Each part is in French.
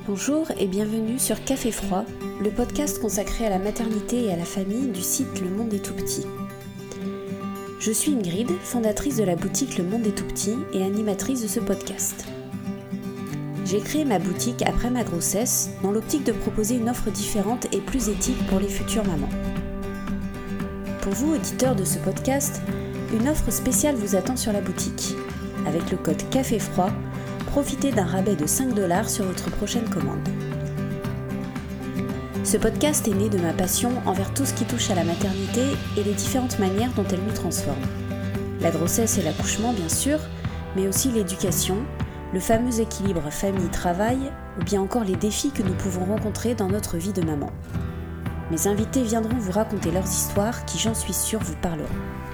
Bonjour et bienvenue sur Café Froid, le podcast consacré à la maternité et à la famille du site Le Monde des Tout-Petits. Je suis Ingrid, fondatrice de la boutique Le Monde des Tout-Petits et animatrice de ce podcast. J'ai créé ma boutique après ma grossesse dans l'optique de proposer une offre différente et plus éthique pour les futures mamans. Pour vous, auditeurs de ce podcast, une offre spéciale vous attend sur la boutique. Avec le code Café Froid, profitez d'un rabais de 5$ sur votre prochaine commande. Ce podcast est né de ma passion envers tout ce qui touche à la maternité et les différentes manières dont elle nous transforme. La grossesse et l'accouchement bien sûr, mais aussi l'éducation, le fameux équilibre famille-travail ou bien encore les défis que nous pouvons rencontrer dans notre vie de maman. Mes invités viendront vous raconter leurs histoires qui, j'en suis sûre, vous parleront.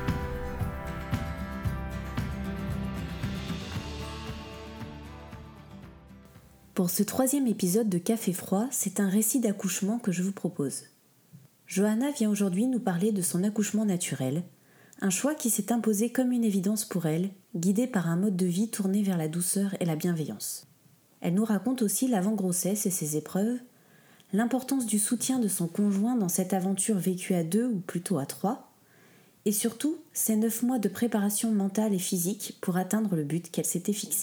Pour ce 3e épisode de Café Froid, c'est un récit d'accouchement que je vous propose. Johanna vient aujourd'hui nous parler de son accouchement naturel, un choix qui s'est imposé comme une évidence pour elle, guidée par un mode de vie tourné vers la douceur et la bienveillance. Elle nous raconte aussi l'avant-grossesse et ses épreuves, l'importance du soutien de son conjoint dans cette aventure vécue à 2 ou plutôt à 3, et surtout ses 9 mois de préparation mentale et physique pour atteindre le but qu'elle s'était fixé.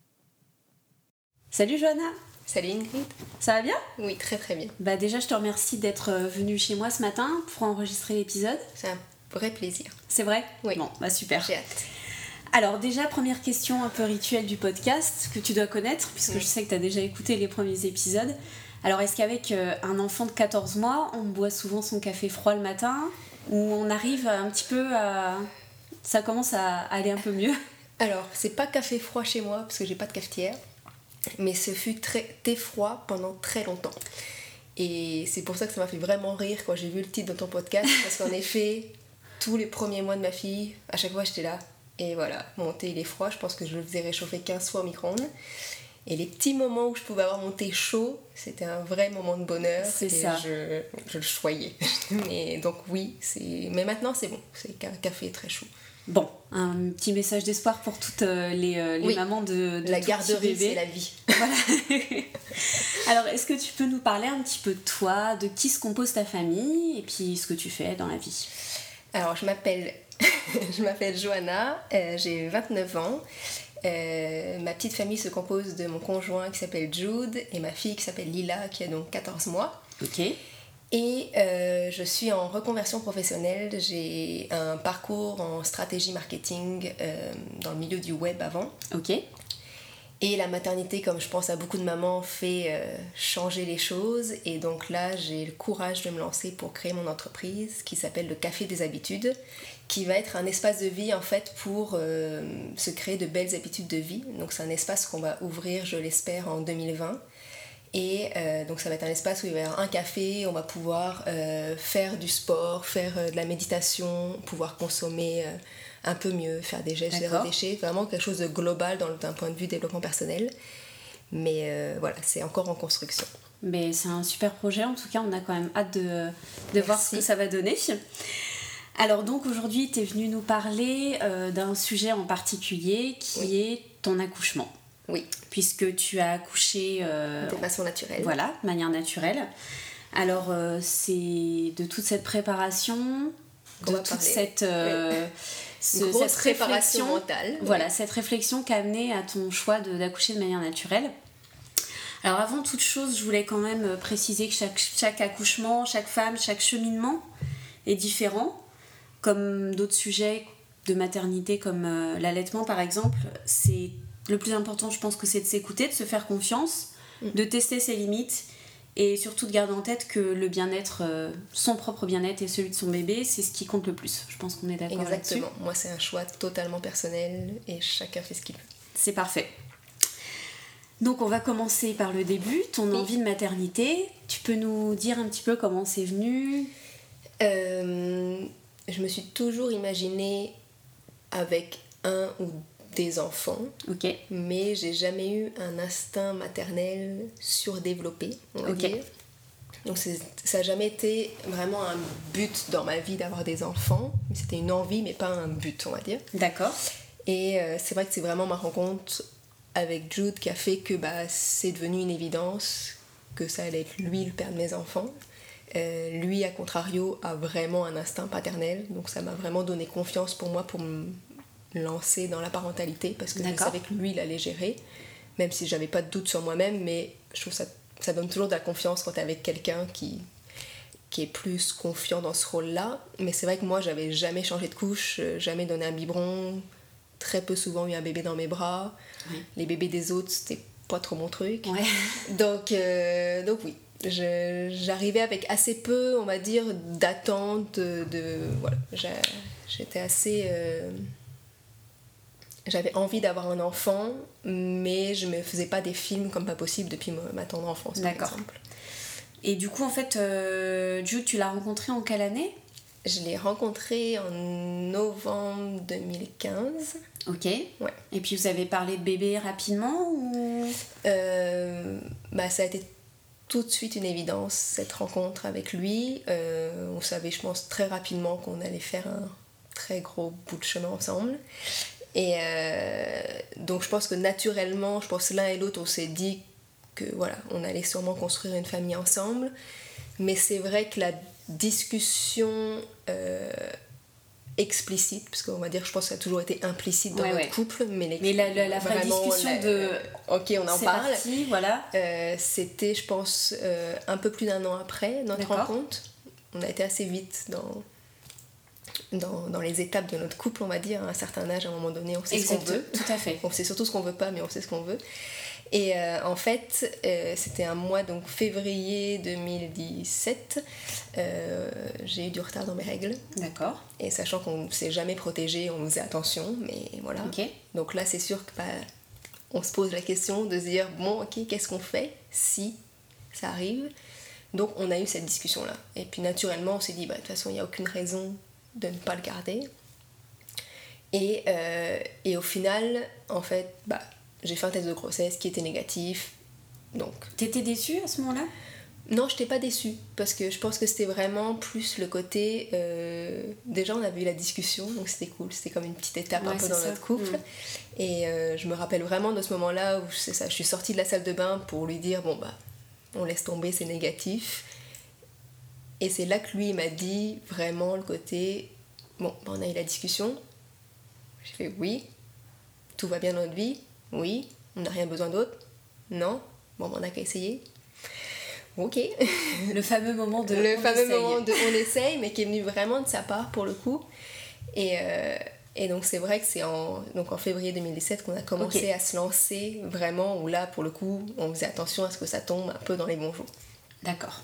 Salut Johanna. Salut Ingrid. Ça va bien ? Oui, très très bien. Déjà je te remercie d'être venue chez moi ce matin pour enregistrer l'épisode. C'est un vrai plaisir. C'est vrai ? Oui. Bon, super. J'ai hâte. Alors déjà, première question un peu rituelle du podcast que tu dois connaître, puisque je sais que tu as déjà écouté les premiers épisodes. Alors est-ce qu'avec un enfant de 14 mois, on boit souvent son café froid le matin, ou on arrive un petit peu à... ça commence à aller un peu mieux ? Alors, c'est pas café froid chez moi, parce que j'ai pas de cafetière. Mais ce fut thé froid pendant très longtemps. Et c'est pour ça que ça m'a fait vraiment rire quand j'ai vu le titre de ton podcast, parce qu'en effet, tous les premiers mois de ma fille, à chaque fois j'étais là, et voilà, mon thé il est froid, je pense que je le faisais réchauffer 15 fois au micro-ondes. Et les petits moments où je pouvais avoir mon thé chaud, c'était un vrai moment de bonheur. C'est et ça. Je le choyais. Et donc oui, mais maintenant c'est bon, c'est un café très chaud. Bon, un petit message d'espoir pour toutes les oui, mamans de la tout garderie, petit bébé. c'est la vie. Voilà. Alors, est-ce que tu peux nous parler un petit peu de toi, de qui se compose ta famille et puis ce que tu fais dans la vie ? Alors, je m'appelle Johanna, j'ai 29 ans. Ma petite famille se compose de mon conjoint qui s'appelle Jude et ma fille qui s'appelle Lila qui a donc 14 mois. Ok. Et je suis en reconversion professionnelle, j'ai un parcours en stratégie marketing dans le milieu du web avant. Ok. Et la maternité, comme je pense à beaucoup de mamans, fait changer les choses. Et donc là, j'ai le courage de me lancer pour créer mon entreprise qui s'appelle le Café des Habitudes, qui va être un espace de vie en fait pour se créer de belles habitudes de vie. Donc c'est un espace qu'on va ouvrir, je l'espère, en 2020. Et donc ça va être un espace où il va y avoir un café, on va pouvoir faire du sport, faire de la méditation, pouvoir consommer un peu mieux, faire des gestes zéro déchet, vraiment quelque chose de global d'un point de vue développement personnel. Mais voilà, c'est encore en construction. Mais c'est un super projet, en tout cas on a quand même hâte de voir ce que ça va donner. Alors donc aujourd'hui tu es venue nous parler d'un sujet en particulier qui est ton accouchement. Oui. Puisque tu as accouché... de façon naturelle. Voilà, de manière naturelle. Alors, c'est de toute cette préparation, de toute cette préparation mentale. Voilà, cette réflexion qui a amené à ton choix d'accoucher de manière naturelle. Alors, avant toute chose, je voulais quand même préciser que chaque accouchement, chaque femme, chaque cheminement est différent. Comme d'autres sujets de maternité, comme l'allaitement par exemple, c'est... Le plus important, je pense que c'est de s'écouter, de se faire confiance, de tester ses limites et surtout de garder en tête que le bien-être, son propre bien-être et celui de son bébé, c'est ce qui compte le plus. Je pense qu'on est d'accord là-dessus. Exactement. Moi, c'est un choix totalement personnel et chacun fait ce qu'il veut. C'est parfait. Donc, on va commencer par le début, ton envie de maternité. Tu peux nous dire un petit peu comment c'est venu ? Je me suis toujours imaginée avec un ou des enfants, mais j'ai jamais eu un instinct maternel surdéveloppé, on va dire. Donc ça n'a jamais été vraiment un but dans ma vie d'avoir des enfants, c'était une envie mais pas un but, on va dire. D'accord. Et c'est vrai que c'est vraiment ma rencontre avec Jude qui a fait que c'est devenu une évidence que ça allait être lui le père de mes enfants. Lui, à contrario, a vraiment un instinct paternel, donc ça m'a vraiment donné confiance pour moi pour me lancer dans la parentalité, parce que je savais que lui, il allait gérer, même si j'avais pas de doute sur moi-même, mais je trouve ça donne toujours de la confiance quand t'es avec quelqu'un qui est plus confiant dans ce rôle-là. Mais c'est vrai que moi, j'avais jamais changé de couche, jamais donné un biberon, très peu souvent eu un bébé dans mes bras. Oui. Les bébés des autres, c'était pas trop mon truc. Ouais. Donc oui, j'arrivais avec assez peu, on va dire, d'attente. Voilà. J'étais assez... J'avais envie d'avoir un enfant, mais je me faisais pas des films comme pas possible depuis ma tendre enfance, par exemple. Et du coup, en fait, Jude, tu l'as rencontré en quelle année ? Je l'ai rencontré en novembre 2015. Ok. Ouais. Et puis vous avez parlé de bébé rapidement ou... Ça a été tout de suite une évidence, cette rencontre avec lui. On savait, je pense, très rapidement qu'on allait faire un très gros bout de chemin ensemble. Et donc je pense que naturellement, l'un et l'autre, on s'est dit que voilà, on allait sûrement construire une famille ensemble. Mais c'est vrai que la discussion explicite, parce qu'on va dire, je pense que ça a toujours été implicite dans notre couple, mais la vraie discussion de ok, on en parle, parti, voilà. C'était, je pense, un peu plus d'1 an après notre rencontre. On a été assez vite dans les étapes de notre couple, on va dire. À un certain âge, à un moment donné, on sait ce qu'on veut. Tout à fait. On sait surtout ce qu'on veut pas, mais on sait ce qu'on veut. Et en fait, c'était un mois, donc février 2017, j'ai eu du retard dans mes règles. D'accord. Et sachant qu'on ne s'est jamais protégé, on faisait attention, mais voilà. Okay. Donc là, c'est sûr que on se pose la question de se dire, bon, ok, qu'est-ce qu'on fait si ça arrive ? Donc on a eu cette discussion-là. Et puis naturellement, on s'est dit, de toute façon, il n'y a aucune raison de ne pas le garder. Et au final, en fait, j'ai fait un test de grossesse qui était négatif. Donc... T'étais déçue à ce moment-là ? Non, je n'étais pas déçue, parce que je pense que c'était vraiment plus le côté... déjà, on avait eu la discussion, donc c'était cool. C'était comme une petite étape un peu dans notre couple. Et je me rappelle vraiment de ce moment-là où je suis sortie de la salle de bain pour lui dire, on laisse tomber, c'est négatif. Et c'est là que lui, il m'a dit vraiment le côté... on a eu la discussion. J'ai fait oui. Tout va bien dans notre vie. Oui. On n'a rien besoin d'autre. Non. On n'a qu'à essayer. Ok. Le fameux moment de on essaye, mais qui est venu vraiment de sa part pour le coup. Et donc c'est vrai que c'est en février 2017 qu'on a commencé à se lancer vraiment, où là pour le coup on faisait attention à ce que ça tombe un peu dans les bons jours. D'accord.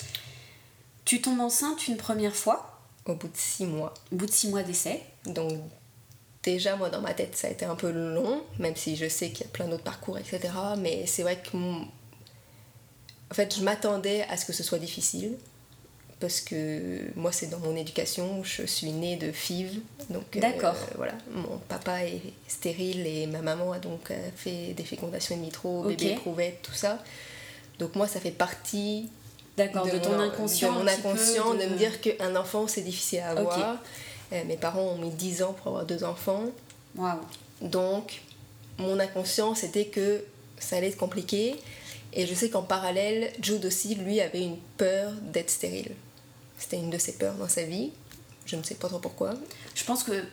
Tu tombes enceinte une première fois ? Au bout de 6 mois. Au bout de 6 mois d'essai. Donc déjà moi dans ma tête ça a été un peu long, même si je sais qu'il y a plein d'autres parcours, etc. Mais c'est vrai que en fait je m'attendais à ce que ce soit difficile, parce que moi c'est dans mon éducation, je suis née de FIV, donc d'accord. Voilà, mon papa est stérile et ma maman a donc fait des fécondations in vitro, bébé éprouvette, tout ça. Donc moi ça fait partie de ton inconscient, de mon inconscient, de me dire qu'un enfant c'est difficile à avoir. Mes parents ont mis 10 ans pour avoir 2 enfants. Waouh. Donc mon inconscient c'était que ça allait être compliqué. Et je sais qu'en parallèle, Jude aussi, lui, avait une peur d'être stérile. C'était une de ses peurs dans sa vie. Je ne sais pas trop pourquoi. Je pense que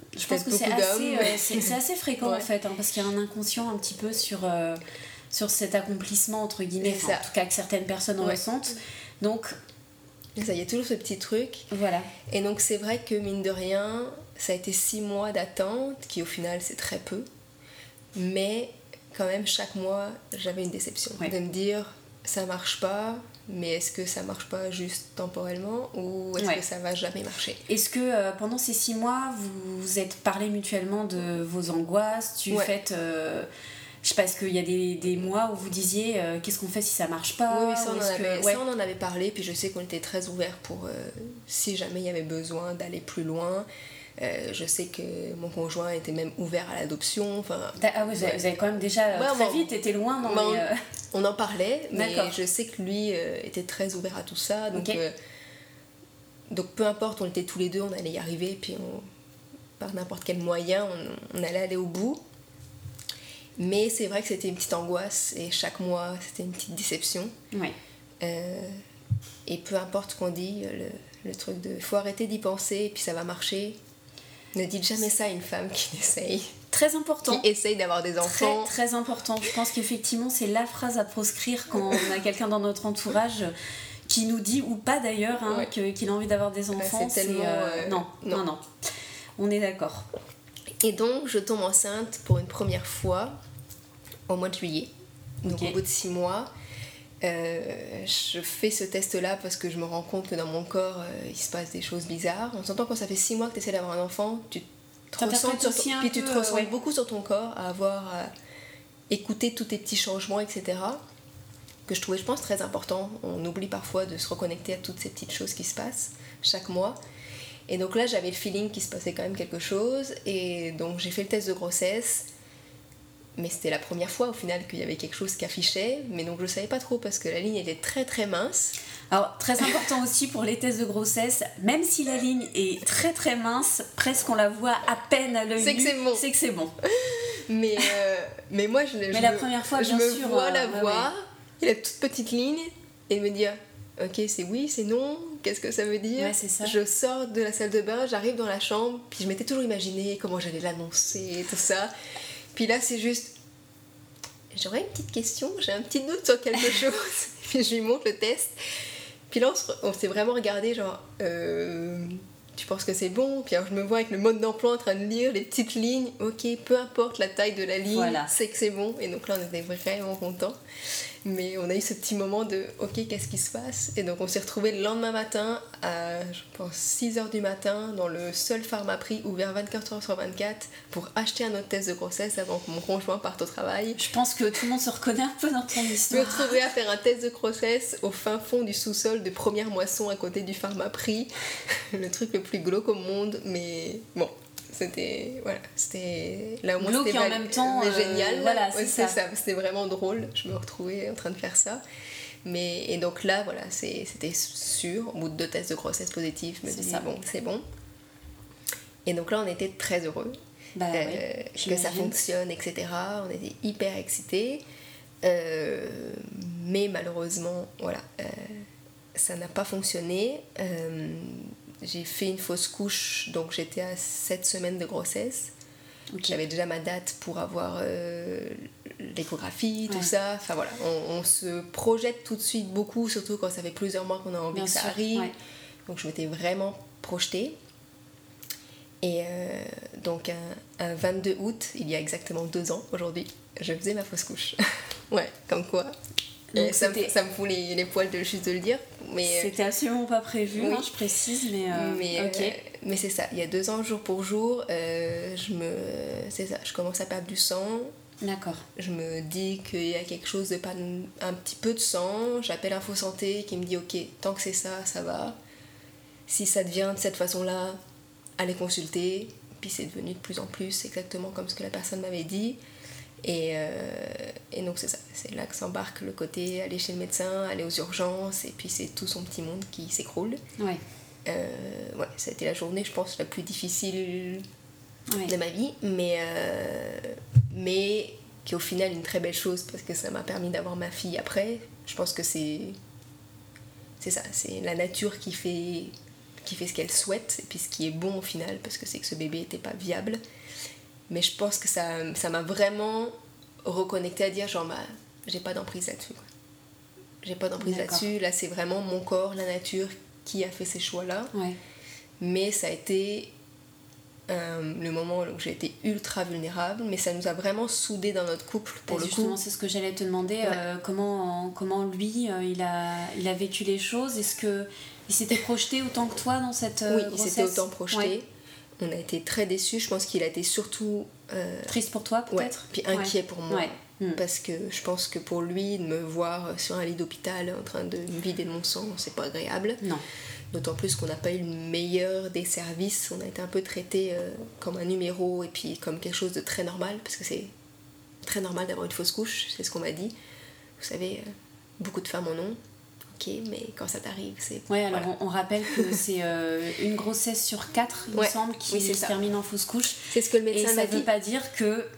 c'est assez fréquent en fait, parce qu'il y a un inconscient un petit peu sur cet accomplissement, entre guillemets, en tout cas que certaines personnes ressentent. Donc... Et ça, il y a toujours ce petit truc. Voilà. Et donc c'est vrai que mine de rien, ça a été 6 mois d'attente, qui au final c'est très peu. Mais... quand même chaque mois j'avais une déception de me dire ça marche pas, mais est-ce que ça marche pas juste temporellement ou est-ce que ça va jamais marcher? Est-ce que pendant ces 6 mois vous vous êtes parlé mutuellement de vos angoisses? Faites je sais pas, est-ce qu'il y a des mois où vous disiez qu'est-ce qu'on fait si ça marche pas? Oui, ça on en avait parlé, puis je sais qu'on était très ouverts pour si jamais il y avait besoin d'aller plus loin. Je sais que mon conjoint était même ouvert à l'adoption. Ah oui, vous avez quand même déjà très vite été loin dans on en parlait, mais je sais que lui était très ouvert à tout ça. Donc, donc peu importe, on était tous les deux, on allait y arriver, puis par n'importe quel moyen, on allait aller au bout. Mais c'est vrai que c'était une petite angoisse et chaque mois c'était une petite déception. Ouais. Et peu importe ce qu'on dit, le truc de faut arrêter d'y penser et puis ça va marcher. Ne dites jamais ça à une femme qui essaye. Très important. Qui essaye d'avoir des enfants. Très, très important. Je pense qu'effectivement, c'est la phrase à proscrire quand on a quelqu'un dans notre entourage qui nous dit, ou pas d'ailleurs, hein, qu'il a envie d'avoir des enfants. C'est tellement... Non. On est d'accord. Et donc, je tombe enceinte pour une première fois au mois de juillet. Donc, au bout de 6 mois, je fais ce test-là parce que je me rends compte que dans mon corps, il se passe des choses bizarres. On s'entend quand ça fait 6 mois que tu essaies d'avoir un enfant, tu te ressens beaucoup sur ton corps à avoir écouté tous tes petits changements, etc. Que je trouvais, je pense, très important. On oublie parfois de se reconnecter à toutes ces petites choses qui se passent chaque mois. Et donc là, j'avais le feeling qu'il se passait quand même quelque chose. Et donc, j'ai fait le test de grossesse. Mais c'était la première fois, au final, qu'il y avait quelque chose qui affichait. Mais donc, je ne savais pas trop parce que la ligne était très, très mince. Alors, très important aussi pour les tests de grossesse, même si la ligne est très, très mince, presque on la voit à peine à l'œil nu, c'est que c'est bon. Mais moi, la première fois, je me vois la voir, et la toute petite ligne, et me dire, ok, c'est oui, c'est non, qu'est-ce que ça veut dire? Ouais, c'est ça. Je sors de la salle de bain, j'arrive dans la chambre, puis je m'étais toujours imaginé comment j'allais l'annoncer, tout ça. Puis là, c'est juste, j'aurais une petite question, j'ai un petit doute sur quelque chose. Puis je lui montre le test. Puis là, on s'est vraiment regardé, genre, tu penses que c'est bon? Puis alors, je me vois avec le mode d'emploi en train de lire les petites lignes. Ok, peu importe la taille de la ligne, c'est que c'est bon. Et donc là, on était vraiment contents. Mais on a eu ce petit moment de ok, qu'est-ce qui se passe? Et donc on s'est retrouvés le lendemain matin à, je pense, 6h du matin dans le seul Pharmaprix ouvert 24h sur 24 pour acheter un autre test de grossesse avant que mon conjoint parte au travail. Je pense que tout le monde se reconnaît un peu dans ton histoire. Je me retrouvais à faire un test de grossesse au fin fond du sous-sol de Première Moisson à côté du Pharmaprix. Le truc le plus glauque au monde, mais bon. C'était là au moins glauque et en même temps génial. Voilà, c'est ça. C'était vraiment drôle. Je me retrouvais en train de faire ça. Et donc là, voilà, c'était sûr. Au bout de 2 tests de grossesse positifs, je me dis bon, c'est bon. Et donc là, on était très heureux que ça fonctionne, etc. On était hyper excités. Mais malheureusement, voilà, ça n'a pas fonctionné. J'ai fait une fausse couche, donc j'étais à 7 semaines de grossesse. J'avais déjà ma date pour avoir l'échographie, tout ça. Enfin voilà, on se projette tout de suite beaucoup, surtout quand ça fait plusieurs mois qu'on a envie que ça arrive. Ouais. Donc je m'étais vraiment projetée. Et donc un 22 août, il y a exactement 2 ans aujourd'hui, je faisais ma fausse couche. Ouais, comme quoi. Donc ça me fout les poils juste de le dire. Mais c'était absolument pas prévu, hein, je précise, mais c'est ça, il y a 2 ans, jour pour jour, je commence à perdre du sang. D'accord. Je me dis qu'il y a quelque chose de pas un petit peu de sang. J'appelle Info Santé qui me dit ok, tant que c'est ça, ça va. Si ça devient de cette façon-là, allez consulter. Puis c'est devenu de plus en plus exactement comme ce que la personne m'avait dit. Et donc c'est ça, c'est là que s'embarque le côté aller chez le médecin, aller aux urgences, et puis c'est tout son petit monde qui s'écroule. Ouais. Ça a été la journée, je pense, la plus difficile de ma vie, mais qui est au final une très belle chose parce que ça m'a permis d'avoir ma fille après. Je pense que c'est ça, c'est la nature qui fait ce qu'elle souhaite, et puis ce qui est bon au final, parce que c'est que ce bébé n'était pas viable. Mais je pense que ça m'a vraiment reconnecté à dire genre j'ai pas d'emprise là-dessus. J'ai pas d'emprise là-dessus. Là, c'est vraiment mon corps, la nature qui a fait ces choix-là. Ouais. Mais ça a été le moment où j'ai été ultra vulnérable, mais ça nous a vraiment soudés dans notre couple pour le coup. Justement, c'est ce que j'allais te demander. Comment lui, il a vécu les choses. Est-ce qu'il s'était projeté autant que toi dans cette grossesse? Oui, il s'était autant projeté. Ouais. On a été très déçus. Je pense qu'il a été surtout... triste pour toi, peut-être? Puis inquiet pour moi. Ouais. Parce que je pense que pour lui, de me voir sur un lit d'hôpital en train de me vider de mon sang, c'est pas agréable. Non. D'autant plus qu'on n'a pas eu le meilleur des services. On a été un peu traité comme un numéro et puis comme quelque chose de très normal. Parce que c'est très normal d'avoir une fausse couche, c'est ce qu'on m'a dit. Vous savez, beaucoup de femmes en ont. Ok, mais quand ça t'arrive, c'est... Ouais, alors voilà. On rappelle que c'est une grossesse sur 4, il me semble, qui se termine en fausse couche. C'est ce que le médecin m'a dit. Et ça veut pas dire que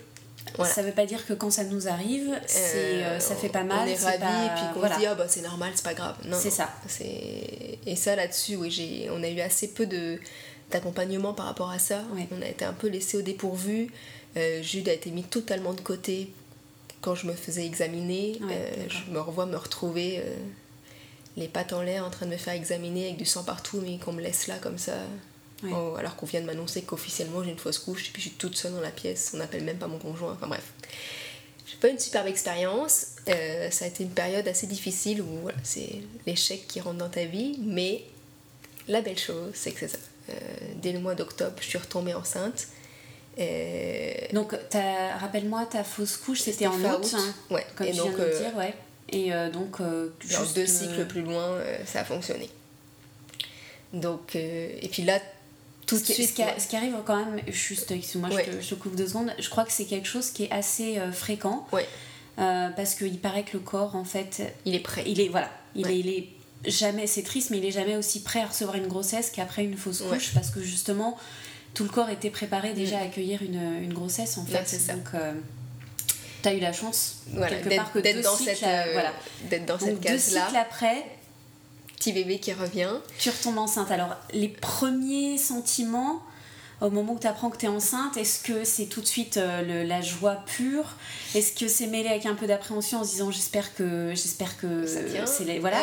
Voilà. Ça veut pas dire que quand ça nous arrive, ça fait pas mal. On est ravis et puis qu'on se dit ah bah c'est normal, c'est pas grave. Non, c'est ça. Et ça là-dessus, oui, on a eu assez peu d'accompagnement par rapport à ça. Ouais. On a été un peu laissés au dépourvu. Jude a été mis totalement de côté quand je me faisais examiner. Je me revois me retrouver les pattes en l'air en train de me faire examiner avec du sang partout, mais qu'on me laisse là comme ça. Ouais. Alors qu'on vient de m'annoncer qu'officiellement j'ai une fausse couche et puis je suis toute seule dans la pièce, on n'appelle même pas mon conjoint, enfin bref. J'ai pas une superbe expérience, ça a été une période assez difficile où voilà, c'est l'échec qui rentre dans ta vie, mais la belle chose c'est que c'est ça. Dès le mois d'octobre, je suis retombée enceinte. Donc rappelle-moi, ta fausse couche c'était en août, hein, ouais. Comme et tu donc, viens de le dire, ouais. Et donc juste 2 cycles plus loin, ça a fonctionné. Donc, et puis là, tout de suite... Ce qui arrive quand même, juste, excuse-moi, je te coupe 2 secondes, je crois que c'est quelque chose qui est assez fréquent, parce qu'il paraît que le corps, en fait... Il est prêt. Il est jamais, c'est triste, mais il est jamais aussi prêt à recevoir une grossesse qu'après une fausse couche, parce que justement, tout le corps était préparé déjà à accueillir une grossesse, en fait. Non, c'est ça. Donc, t'as eu la chance, quelque part, que d'être dans cette case-là. 2 cycles après... Petit bébé qui revient. Tu retombes enceinte. Alors, les premiers sentiments, au moment où tu apprends que tu es enceinte, est-ce que c'est tout de suite la joie pure ? Est-ce que c'est mêlé avec un peu d'appréhension en se disant j'espère que ça tient. Voilà.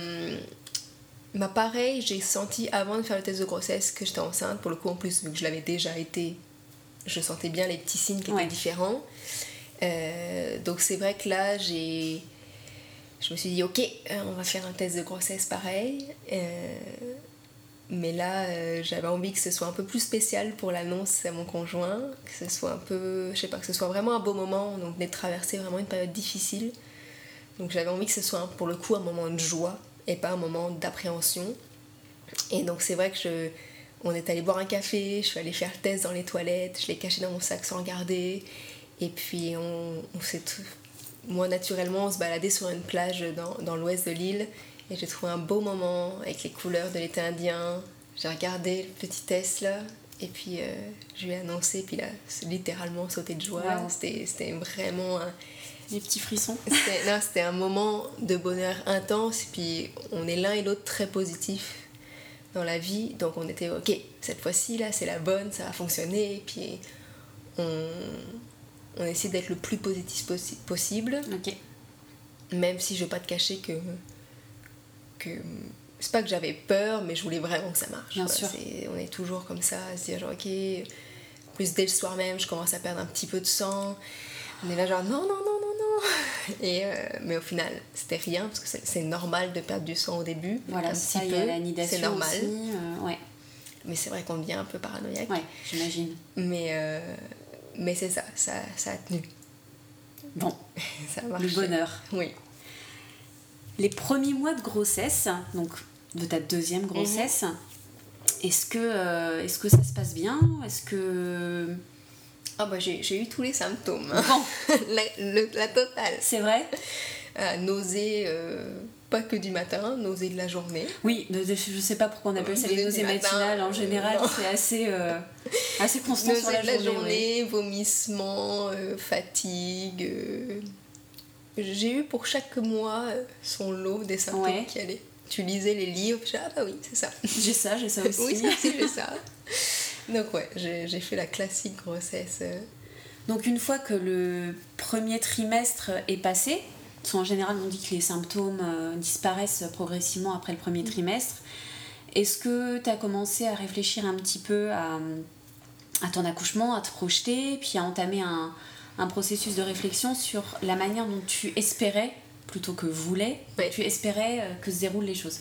Pareil, j'ai senti avant de faire le test de grossesse que j'étais enceinte. Pour le coup, en plus, vu que je l'avais déjà été, je sentais bien les petits signes qui étaient différents. Donc, c'est vrai que là, je me suis dit ok, on va faire un test de grossesse pareil, mais là j'avais envie que ce soit un peu plus spécial pour l'annonce à mon conjoint, que ce soit un peu, je sais pas, que ce soit vraiment un beau moment. Donc venait de traverser vraiment une période difficile, donc j'avais envie que ce soit pour le coup un moment de joie et pas un moment d'appréhension. Et donc c'est vrai que on est allé boire un café, je suis allée faire le test dans les toilettes, je l'ai caché dans mon sac sans regarder, et puis on s'est tout... Moi, naturellement, on se baladait sur une plage dans l'ouest de l'île et j'ai trouvé un beau moment avec les couleurs de l'été indien. J'ai regardé le petit test là et puis je lui ai annoncé, puis là, c'est littéralement sauté de joie. Wow. C'était vraiment des petits frissons. C'était un moment de bonheur intense, et puis on est l'un et l'autre très positifs dans la vie, donc on était ok, cette fois-ci là, c'est la bonne, ça va fonctionner, et puis on essaie d'être le plus positif possible. Ok. Même si je vais pas te cacher que c'est pas que j'avais peur, mais je voulais vraiment que ça marche. Bien sûr. On est toujours comme ça, à se dire genre ok. En plus dès le soir même, je commence à perdre un petit peu de sang. On est là genre non. Et mais au final, c'était rien, parce que c'est normal de perdre du sang au début. Voilà, ça, il y a l'anidation, c'est normal. Aussi, ouais. Mais c'est vrai qu'on devient un peu paranoïaque. Ouais, j'imagine. Mais c'est ça a tenu. Bon, ça a marché. Le bonheur. Oui. Les premiers mois de grossesse, donc de ta deuxième grossesse, est-ce que ça se passe bien ? Est-ce que... Ah bah j'ai eu tous les symptômes. Bon. la totale. C'est vrai ? Nausées, pas que du matin, nausées de la journée. Oui, je sais pas pourquoi on appelle ça les nausées matinales. En général, c'est assez constant sur la journée. Nausées de la journée, vomissements, fatigue. J'ai eu pour chaque mois son lot des symptômes qui allaient. Tu lisais les livres, je dis, ah bah oui, c'est ça. J'ai ça aussi. Oui, ça aussi, j'ai ça. Donc ouais, j'ai fait la classique grossesse. Donc une fois que le premier trimestre est passé, parce qu'en général on dit que les symptômes disparaissent progressivement après le premier trimestre, est-ce que tu as commencé à réfléchir un petit peu à ton accouchement, à te projeter, puis à entamer un processus de réflexion sur la manière dont tu espérais, plutôt que voulais, tu espérais que se déroulent les choses?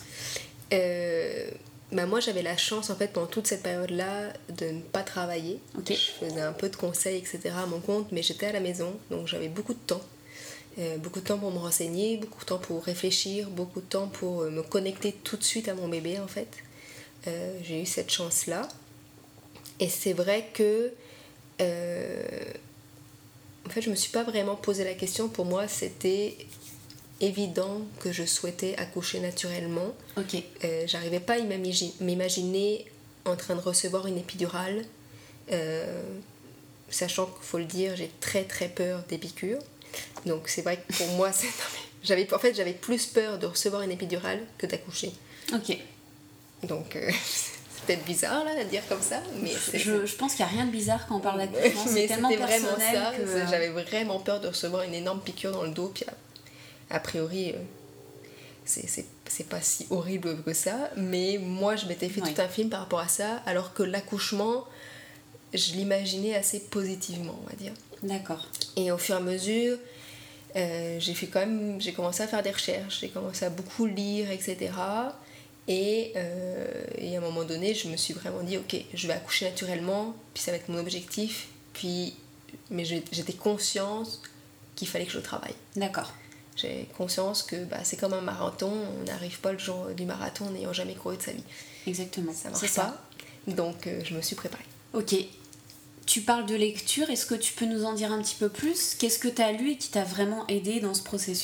Moi j'avais la chance en fait pendant toute cette période là de ne pas travailler. Je faisais un peu de conseils etc à mon compte, mais j'étais à la maison, donc j'avais beaucoup de temps pour me renseigner, beaucoup de temps pour réfléchir, beaucoup de temps pour me connecter tout de suite à mon bébé en fait. J'ai eu cette chance là, et c'est vrai que en fait je me suis pas vraiment posé la question. Pour moi c'était évident que je souhaitais accoucher naturellement. J'arrivais pas à m'imaginer en train de recevoir une épidurale. sachant qu'il faut le dire, j'ai très très peur des piqûres. Donc c'est vrai que pour moi, j'avais plus peur de recevoir une épidurale que d'accoucher. Ok. Donc c'est peut-être bizarre là à dire comme ça, mais je pense qu'il n'y a rien de bizarre quand on parle d'accouchement. C'est tellement personnel vraiment ça, que... J'avais vraiment peur de recevoir une énorme piqûre dans le dos, puis a priori c'est pas si horrible que ça, mais moi je m'étais fait tout un film par rapport à ça, alors que l'accouchement, je l'imaginais assez positivement, on va dire. D'accord. Et au fur et à mesure, j'ai commencé à faire des recherches, j'ai commencé à beaucoup lire, etc. Et à un moment donné, je me suis vraiment dit, ok, je vais accoucher naturellement, puis ça va être mon objectif, mais j'étais consciente qu'il fallait que je travaille. D'accord. J'ai conscience que c'est comme un marathon, on n'arrive pas le jour du marathon en n'ayant jamais couru de sa vie. Exactement. Ça marche pas, donc je me suis préparée. Ok. Tu parles de lecture, est-ce que tu peux nous en dire un petit peu plus ? Qu'est-ce que tu as lu et qui t'a vraiment aidé dans ce processus ?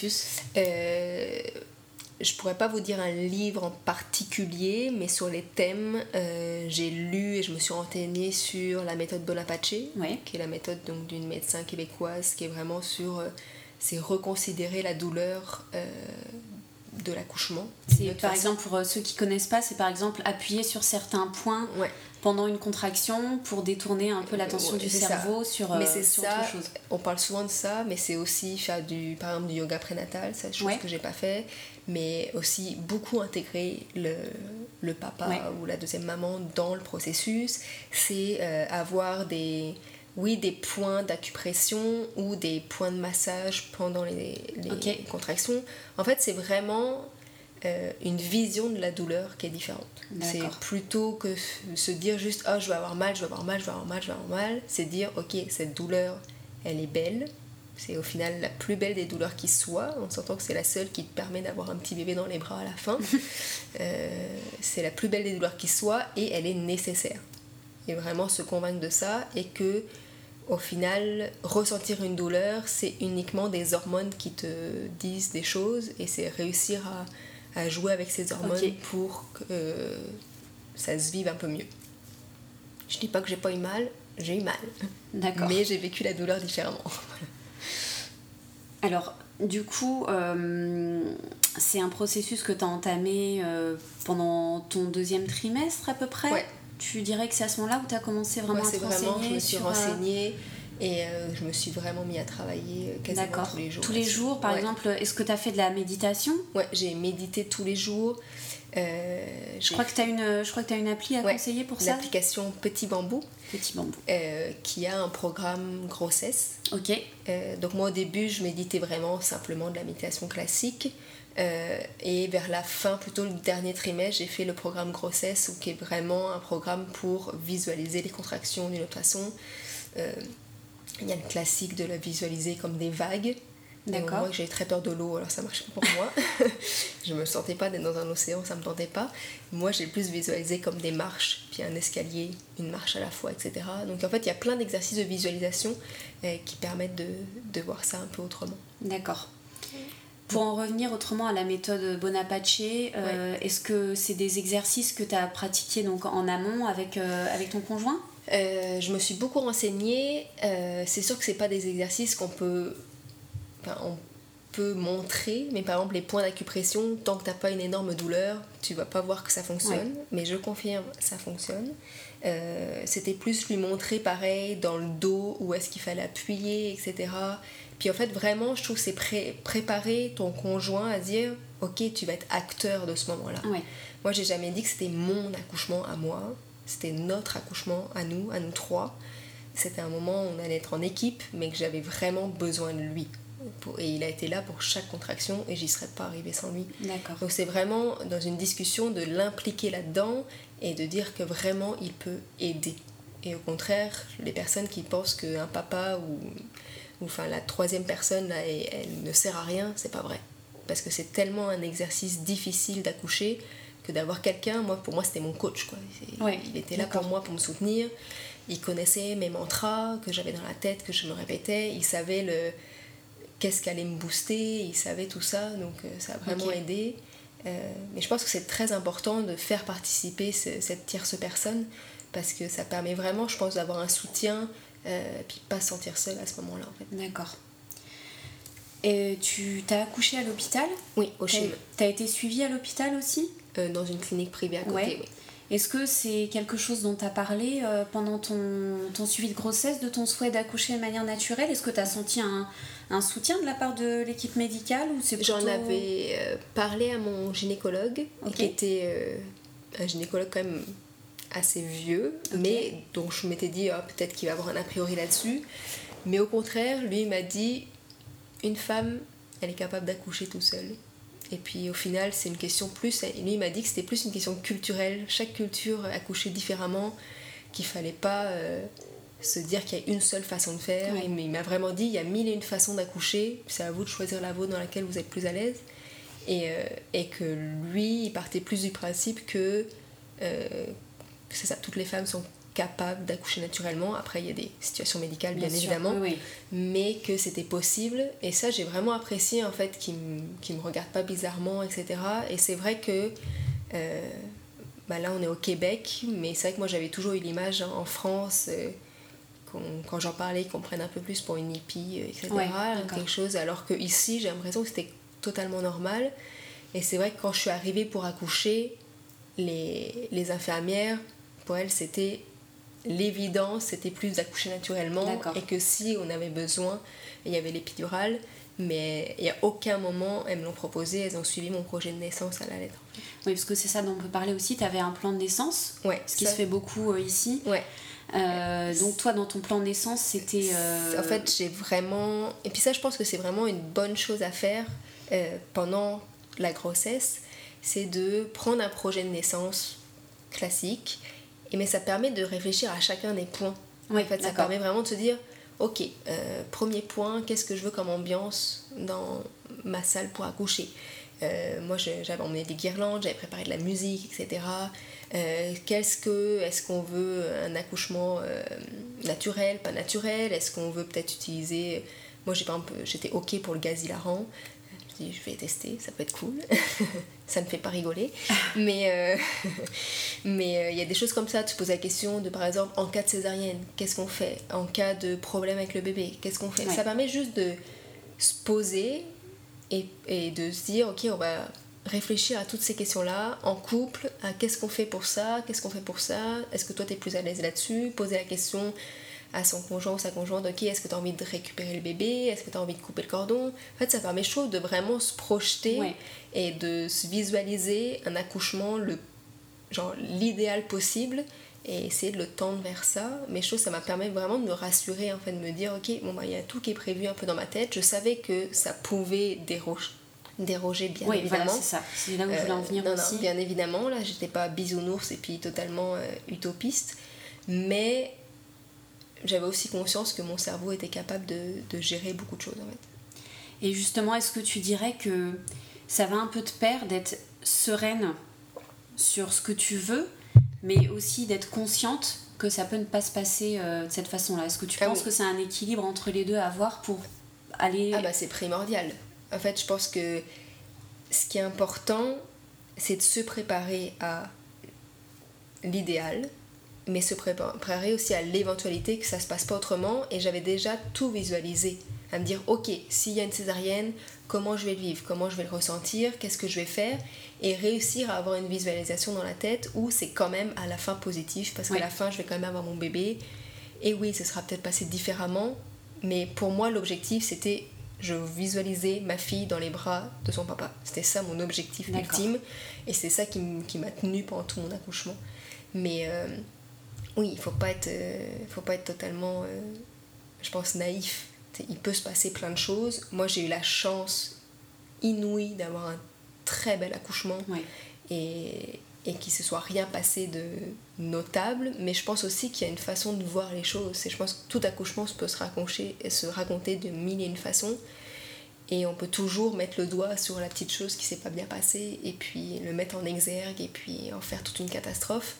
Je pourrais pas vous dire un livre en particulier, mais sur les thèmes, j'ai lu et je me suis renseignée sur la méthode Bonaparte, qui est la méthode donc, d'une médecin québécoise, qui est vraiment sur... c'est reconsidérer la douleur de l'accouchement. C'est par exemple, pour ceux qui connaissent pas, c'est par exemple appuyer sur certains points pendant une contraction pour détourner un peu l'attention du cerveau sur autre chose. On parle souvent de ça, mais c'est aussi faire par exemple du yoga prénatal, c'est une chose que j'ai pas fait, mais aussi beaucoup intégrer le papa ou la deuxième maman dans le processus. C'est avoir des points d'acupression ou des points de massage pendant les contractions. En fait, c'est vraiment une vision de la douleur qui est différente. D'accord. C'est plutôt que se dire juste « je vais avoir mal, c'est dire « ok, cette douleur, elle est belle ». C'est au final la plus belle des douleurs qui soit, en sentant que c'est la seule qui te permet d'avoir un petit bébé dans les bras à la fin. C'est la plus belle des douleurs qui soit et elle est nécessaire. Et vraiment se convaincre de ça, et que au final, ressentir une douleur, c'est uniquement des hormones qui te disent des choses, et c'est réussir à jouer avec ces hormones pour que ça se vive un peu mieux. Je dis pas que j'ai pas eu mal, j'ai eu mal. D'accord. Mais j'ai vécu la douleur différemment. Alors, du coup, c'est un processus que tu as entamé pendant ton 2e trimestre à peu près. Ouais. Tu dirais que c'est à ce moment-là où tu as commencé vraiment à te renseigner? Je me suis renseignée et je me suis vraiment mis à travailler quasiment tous les jours. Tous les jours, par exemple, est-ce que tu as fait de la méditation? Ouais, j'ai médité tous les jours. Je crois que tu as une appli à conseiller pour ça. L'application Petit Bambou. Petit Bambou. Qui a un programme grossesse. Ok. Donc moi au début je méditais vraiment simplement de la méditation classique. Et vers la fin, plutôt le dernier trimestre, j'ai fait le programme grossesse, qui est vraiment un programme pour visualiser les contractions d'une autre façon. Il y a le classique de la visualiser comme des vagues. D'accord. Moi j'ai très peur de l'eau, alors ça marche pas pour moi. Je me sentais pas d'être dans un océan, ça me tentait pas. Moi j'ai plus visualisé comme des marches, puis un escalier, une marche à la fois, etc. Donc en fait il y a plein d'exercices de visualisation qui permettent de voir ça un peu autrement. D'accord. Pour en revenir autrement à la méthode Bonaparte, est-ce que c'est des exercices que tu as pratiqués donc en amont avec ton conjoint ? Je me suis beaucoup renseignée. C'est sûr que c'est pas des exercices on peut montrer, mais par exemple les points d'acupression, tant que t'as pas une énorme douleur, tu vas pas voir que ça fonctionne. Ouais. Mais je confirme, ça fonctionne. C'était plus lui montrer pareil dans le dos où est-ce qu'il fallait appuyer, etc. Puis en fait vraiment je trouve que c'est préparer ton conjoint à dire ok, tu vas être acteur de ce moment-là. Ouais. Moi j'ai jamais dit que c'était mon accouchement à moi, c'était notre accouchement à nous trois. C'était un moment où on allait être en équipe, mais que j'avais vraiment besoin de lui. Et il a été là pour chaque contraction et j'y serais pas arrivée sans lui. D'accord. Donc c'est vraiment dans une discussion de l'impliquer là-dedans et de dire que vraiment il peut aider. Et au contraire, les personnes qui pensent qu'un papa ou enfin la troisième personne là, elle ne sert à rien, c'est pas vrai. Parce que c'est tellement un exercice difficile d'accoucher que d'avoir quelqu'un, pour moi c'était mon coach quoi. Il était là pour moi, pour me soutenir. Il connaissait mes mantras que j'avais dans la tête, que je me répétais. Il savait qu'est-ce qui allait me booster, il savait tout ça, donc ça a vraiment aidé. Mais je pense que c'est très important de faire participer cette tierce personne parce que ça permet vraiment, je pense, d'avoir un soutien puis pas se sentir seule à ce moment-là en fait. D'accord. Et tu t'as accouché à l'hôpital ? Oui, au CHUM. T'as été suivie à l'hôpital aussi ? Dans une clinique privée à côté, ouais. Oui. Est-ce que c'est quelque chose dont tu as parlé pendant ton suivi de grossesse, de ton souhait d'accoucher de manière naturelle ? Est-ce que tu as senti un soutien de la part de l'équipe médicale ou c'est plutôt... J'en avais parlé à mon gynécologue, qui était un gynécologue quand même assez vieux, mais dont je m'étais dit peut-être qu'il va avoir un a priori là-dessus. Mais au contraire, lui il m'a dit, une femme, elle est capable d'accoucher tout seule. Et puis au final, c'est une question plus... Lui, il m'a dit que c'était plus une question culturelle. Chaque culture accouchait différemment, qu'il fallait pas se dire qu'il y a une seule façon de faire. Ouais. Mais il m'a vraiment dit, il y a 1001 façons d'accoucher. C'est à vous de choisir la vôtre dans laquelle vous êtes plus à l'aise. Et que lui, il partait plus du principe que c'est ça, toutes les femmes sont capables d'accoucher naturellement. Après, il y a des situations médicales, bien évidemment, oui. mais que c'était possible. Et ça, j'ai vraiment apprécié, en fait, qu'il me regarde pas bizarrement, etc. Et c'est vrai que là, on est au Québec, mais c'est vrai que moi, j'avais toujours eu l'image en France, quand j'en parlais, qu'on prenne un peu plus pour une hippie, etc. Ouais, quelque chose, alors que ici, j'ai l'impression que c'était totalement normal. Et c'est vrai que quand je suis arrivée pour accoucher, les infirmières, pour elles, c'était l'évidence, c'était plus d'accoucher naturellement. D'accord. Et que si on avait besoin, il y avait l'épidurale, mais il n'y a aucun moment elles me l'ont proposé, elles ont suivi mon projet de naissance à la lettre. Oui, parce que c'est ça dont on peut parler aussi, tu avais un plan de naissance, ouais, ce qui se fait beaucoup ici. Ouais. Donc toi, dans ton plan de naissance, c'était... En fait, j'ai vraiment... Et puis ça, je pense que c'est vraiment une bonne chose à faire pendant la grossesse, c'est de prendre un projet de naissance classique, mais ça permet de réfléchir à chacun des points. Oui, en fait, ça permet vraiment de se dire, ok, premier point, qu'est-ce que je veux comme ambiance dans ma salle pour accoucher ? Moi, j'avais emmené des guirlandes, j'avais préparé de la musique, etc. Est-ce qu'on veut un accouchement naturel, pas naturel ? Est-ce qu'on veut peut-être utiliser... Moi, j'étais ok pour le gaz hilarant. Je vais tester, ça peut être cool. Ça ne fait pas rigoler. Mais il y a des choses comme ça. Tu poses la question de, par exemple, en cas de césarienne, qu'est-ce qu'on fait ? En cas de problème avec le bébé, qu'est-ce qu'on fait ? Ça permet juste de se poser et de se dire, ok, on va réfléchir à toutes ces questions-là en couple, à qu'est-ce qu'on fait pour ça, qu'est-ce qu'on fait pour ça, est-ce que toi t'es plus à l'aise là-dessus, poser la question à son conjoint ou sa conjointe, ok, est-ce que tu as envie de récupérer le bébé, est-ce que tu as envie de couper le cordon. En fait, ça permet, je trouve, de vraiment se projeter et de se visualiser un accouchement l'idéal possible et essayer de le tendre vers ça. Mais je trouve que ça m'a permis vraiment de me rassurer, en fait, de me dire, ok, il y a tout qui est prévu un peu dans ma tête. Je savais que ça pouvait déroger bien évidemment. Voilà, c'est ça, c'est là où je voulais en venir aussi. Non, bien évidemment, là, j'étais pas bisounours et puis totalement utopiste, mais j'avais aussi conscience que mon cerveau était capable de gérer beaucoup de choses en fait. Et justement, est-ce que tu dirais que ça va un peu de pair d'être sereine sur ce que tu veux, mais aussi d'être consciente que ça peut ne pas se passer de cette façon-là ? Est-ce que tu penses que c'est un équilibre entre les deux à avoir pour aller... c'est primordial. En fait, je pense que ce qui est important, c'est de se préparer à l'idéal, mais se préparer aussi à l'éventualité que ça se passe pas autrement. Et j'avais déjà tout visualisé, à me dire, ok, s'il y a une césarienne, comment je vais le vivre, comment je vais le ressentir, qu'est-ce que je vais faire, et réussir à avoir une visualisation dans la tête où c'est quand même à la fin positif, parce qu'à la fin je vais quand même avoir mon bébé, et oui, ce sera peut-être passé différemment, mais pour moi l'objectif c'était, je visualisais ma fille dans les bras de son papa, c'était ça mon objectif ultime, et c'est ça qui m'a tenue pendant tout mon accouchement. Mais oui, il faut pas être totalement, je pense, naïf. Il peut se passer plein de choses. Moi, j'ai eu la chance inouïe d'avoir un très bel accouchement et qu'il ne se soit rien passé de notable. Mais je pense aussi qu'il y a une façon de voir les choses. Je pense que tout accouchement peut se raconter de mille et une façons. Et on peut toujours mettre le doigt sur la petite chose qui ne s'est pas bien passée et puis le mettre en exergue et puis en faire toute une catastrophe.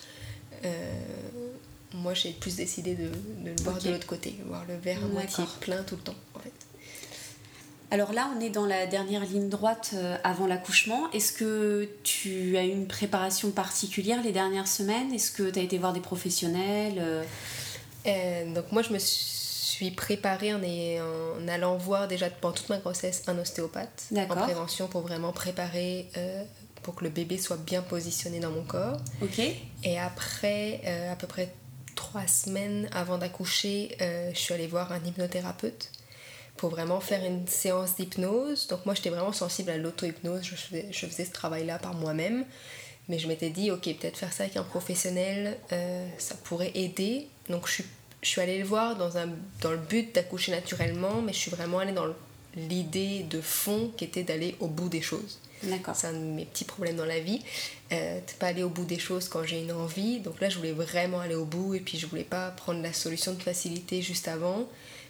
Moi j'ai plus décidé de le voir de l'autre côté, voir le verre à moitié plein tout le temps en fait. Alors là on est dans la dernière ligne droite avant l'accouchement. Est-ce que tu as eu une préparation particulière les dernières semaines ? Est-ce que tu as été voir des professionnels ? Donc moi je me suis préparée en allant voir déjà pendant toute ma grossesse un ostéopathe en prévention pour vraiment préparer pour que le bébé soit bien positionné dans mon corps. Ok. Et après, à peu près 3 semaines avant d'accoucher, je suis allée voir un hypnothérapeute pour vraiment faire une séance d'hypnose. Donc moi j'étais vraiment sensible à l'auto-hypnose, je faisais ce travail-là par moi-même. Mais je m'étais dit, ok, peut-être faire ça avec un professionnel, ça pourrait aider. Donc je suis allée le voir dans le but d'accoucher naturellement, mais je suis vraiment allée dans l'idée de fond qui était d'aller au bout des choses. D'accord. C'est un de mes petits problèmes dans la vie, de pas aller au bout des choses quand j'ai une envie. Donc là, je voulais vraiment aller au bout et puis je voulais pas prendre la solution de facilité juste avant,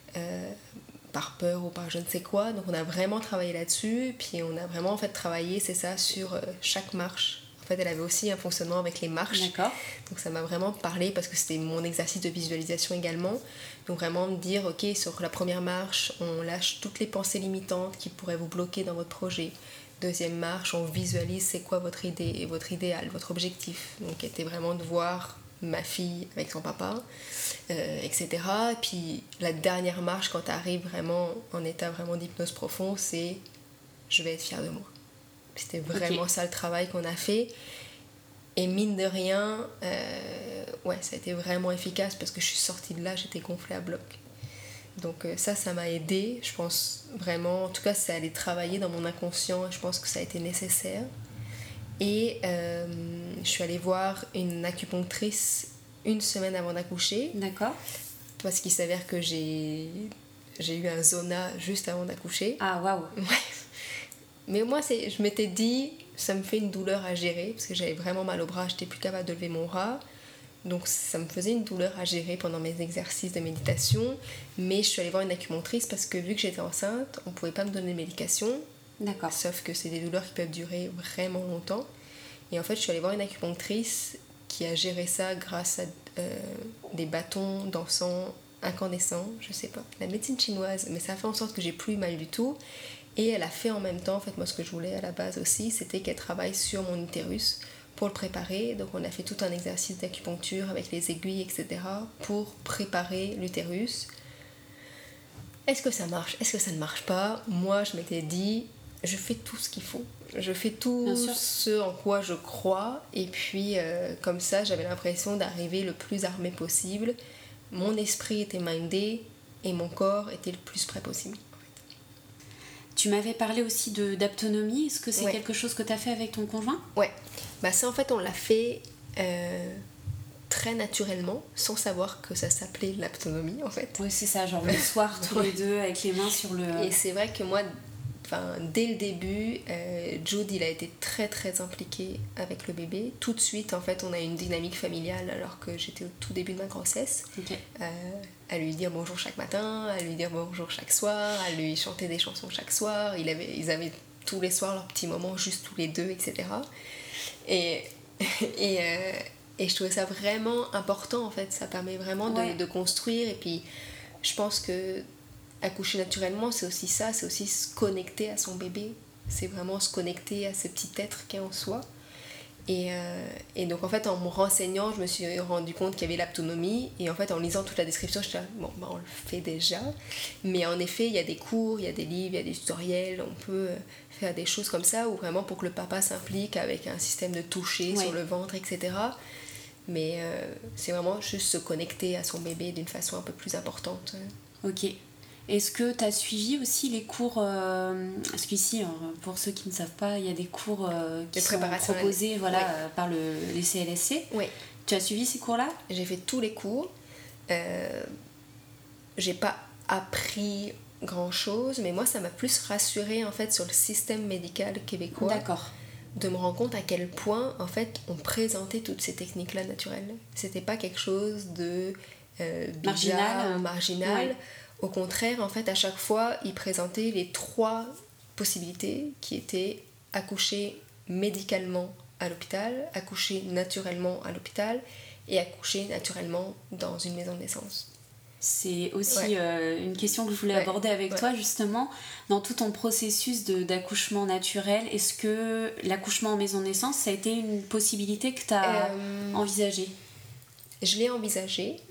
par peur ou par je ne sais quoi. Donc on a vraiment travaillé là-dessus, puis on a vraiment en fait travaillé, c'est ça, sur chaque marche. En fait, elle avait aussi un fonctionnement avec les marches. D'accord. Donc ça m'a vraiment parlé parce que c'était mon exercice de visualisation également. Donc vraiment me dire, ok, sur la première marche, on lâche toutes les pensées limitantes qui pourraient vous bloquer dans votre projet. Deuxième marche, on visualise c'est quoi votre idée, votre idéal, votre objectif. Donc était vraiment de voir ma fille avec son papa, etc. Et puis la dernière marche, quand tu arrives vraiment en état vraiment d'hypnose profond, c'est je vais être fière de moi. C'était vraiment ça le travail qu'on a fait. Et mine de rien, ça a été vraiment efficace parce que je suis sortie de là, j'étais gonflée à bloc. Donc ça m'a aidée, je pense vraiment. En tout cas, ça allait travailler dans mon inconscient et je pense que ça a été nécessaire. Et je suis allée voir une acupunctrice 1 semaine avant d'accoucher. D'accord. Parce qu'il s'avère que j'ai eu un zona juste avant d'accoucher. Ah, waouh. Ouais. Mais moi, je m'étais dit, ça me fait une douleur à gérer, parce que j'avais vraiment mal au bras, j'étais plus capable de lever mon bras. Donc ça me faisait une douleur à gérer pendant mes exercices de méditation. Mais je suis allée voir une acupunctrice parce que vu que j'étais enceinte, on ne pouvait pas me donner de médication. D'accord. Sauf que c'est des douleurs qui peuvent durer vraiment longtemps. Et en fait, je suis allée voir une acupunctrice qui a géré ça grâce à des bâtons d'encens incandescents, je sais pas, la médecine chinoise. Mais ça a fait en sorte que j'ai plus mal du tout. Et elle a fait en même temps, en fait, moi ce que je voulais à la base aussi, c'était qu'elle travaille sur mon utérus pour le préparer. Donc on a fait tout un exercice d'acupuncture avec les aiguilles, etc. pour préparer l'utérus. Est-ce que ça marche? Est-ce que ça ne marche pas? Moi, je m'étais dit, je fais tout ce qu'il faut. Je fais tout ce en quoi je crois. Et puis, comme ça, j'avais l'impression d'arriver le plus armée possible. Mon esprit était mindé et mon corps était le plus prêt possible. Tu m'avais parlé aussi d'aptonomie. Est-ce que c'est quelque chose que tu as fait avec ton conjoint? Ouais. Bah ça, en fait, on l'a fait très naturellement, sans savoir que ça s'appelait l'aptonomie, en fait. Oui, c'est ça, genre le soir, tous les deux, avec les mains sur le... Et c'est vrai que moi, dès le début, Jude, il a été très, très impliqué avec le bébé. Tout de suite, en fait, on a eu une dynamique familiale alors que j'étais au tout début de ma grossesse. Okay. À lui dire bonjour chaque matin, à lui dire bonjour chaque soir, à lui chanter des chansons chaque soir. Ils avaient tous les soirs leurs petits moments juste tous les deux, etc. Et je trouvais ça vraiment important, en fait. Ça permet vraiment de construire. Et puis, je pense que accoucher naturellement, c'est aussi ça, c'est aussi se connecter à son bébé. C'est vraiment se connecter à ce petit être qu'est en soi. Et donc en fait en me renseignant, je me suis rendu compte qu'il y avait l'aptonomie. Et en fait en lisant toute la description, je me suis dit, bon, on le fait déjà. Mais en effet, il y a des cours, il y a des livres, il y a des tutoriels. On peut faire des choses comme ça, ou vraiment pour que le papa s'implique avec un système de toucher sur le ventre, etc. Mais c'est vraiment juste se connecter à son bébé d'une façon un peu plus importante. Ok. Est-ce que tu as suivi aussi les cours parce qu'ici, pour ceux qui ne savent pas, il y a des cours qui sont proposés par les CLSC. Oui. Tu as suivi ces cours-là? J'ai fait tous les cours. J'ai pas appris grand-chose, mais moi, ça m'a plus rassurée en fait sur le système médical québécois. D'accord. De me rendre compte à quel point en fait on présentait toutes ces techniques-là naturelles. C'était pas quelque chose de marginal. Ouais. Au contraire, en fait, à chaque fois, ils présentaient les 3 possibilités qui étaient accoucher médicalement à l'hôpital, accoucher naturellement à l'hôpital et accoucher naturellement dans une maison de naissance. C'est aussi une question que je voulais aborder avec toi, justement. Dans tout ton processus d'accouchement naturel, est-ce que l'accouchement en maison de naissance, ça a été une possibilité que tu as envisagée? Je l'ai envisagée.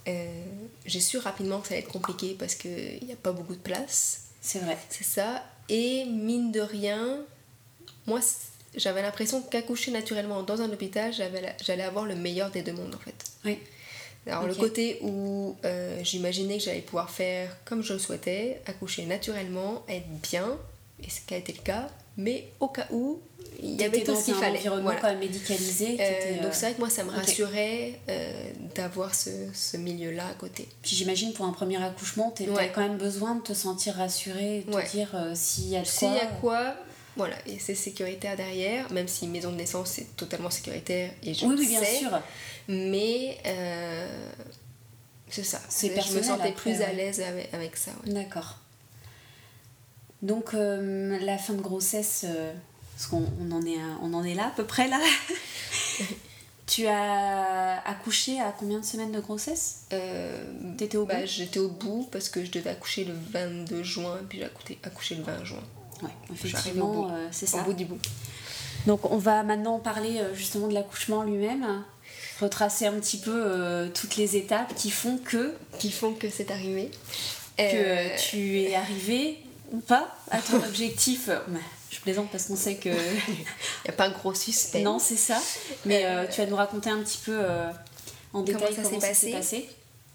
j'ai su rapidement que ça allait être compliqué parce qu'il n'y a pas beaucoup de place. C'est vrai. C'est ça. Et mine de rien, moi, j'avais l'impression qu'accoucher naturellement dans un hôpital, j'allais avoir le meilleur des deux mondes en fait. Oui. Alors le côté où j'imaginais que j'allais pouvoir faire comme je le souhaitais, accoucher naturellement, être bien, et ce qui a été le cas, mais au cas où, il y avait tout ce qu'il fallait. Dans un environnement quand même médicalisé. Donc c'est vrai que moi ça me rassurait d'avoir ce milieu-là à côté. Puis j'imagine pour un premier accouchement, t'as quand même besoin de te sentir rassurée, de te dire s'il y a quoi. Voilà, et c'est sécuritaire derrière, même si maison de naissance c'est totalement sécuritaire et je le sais. Oui, bien sûr. Mais c'est ça. C'est je me sentais après, plus à l'aise avec ça. Ouais. D'accord. Donc la fin de grossesse, parce qu'on on en est là à peu près là. Tu as accouché à combien de semaines de grossesse? T'étais au bout? J'étais au bout parce que je devais accoucher le 22 juin, puis j'ai accouché le 20 juin. Ouais, effectivement, c'est ça. Au bout du bout. Donc on va maintenant parler justement de l'accouchement lui-même, retracer un petit peu toutes les étapes qui font que c'est arrivé. Que tu es arrivé ou pas à ton objectif. Je plaisante parce qu'on sait que... Il n'y a pas un gros suspense. Non, c'est ça. Mais tu vas nous raconter un petit peu en détail comment ça s'est passé.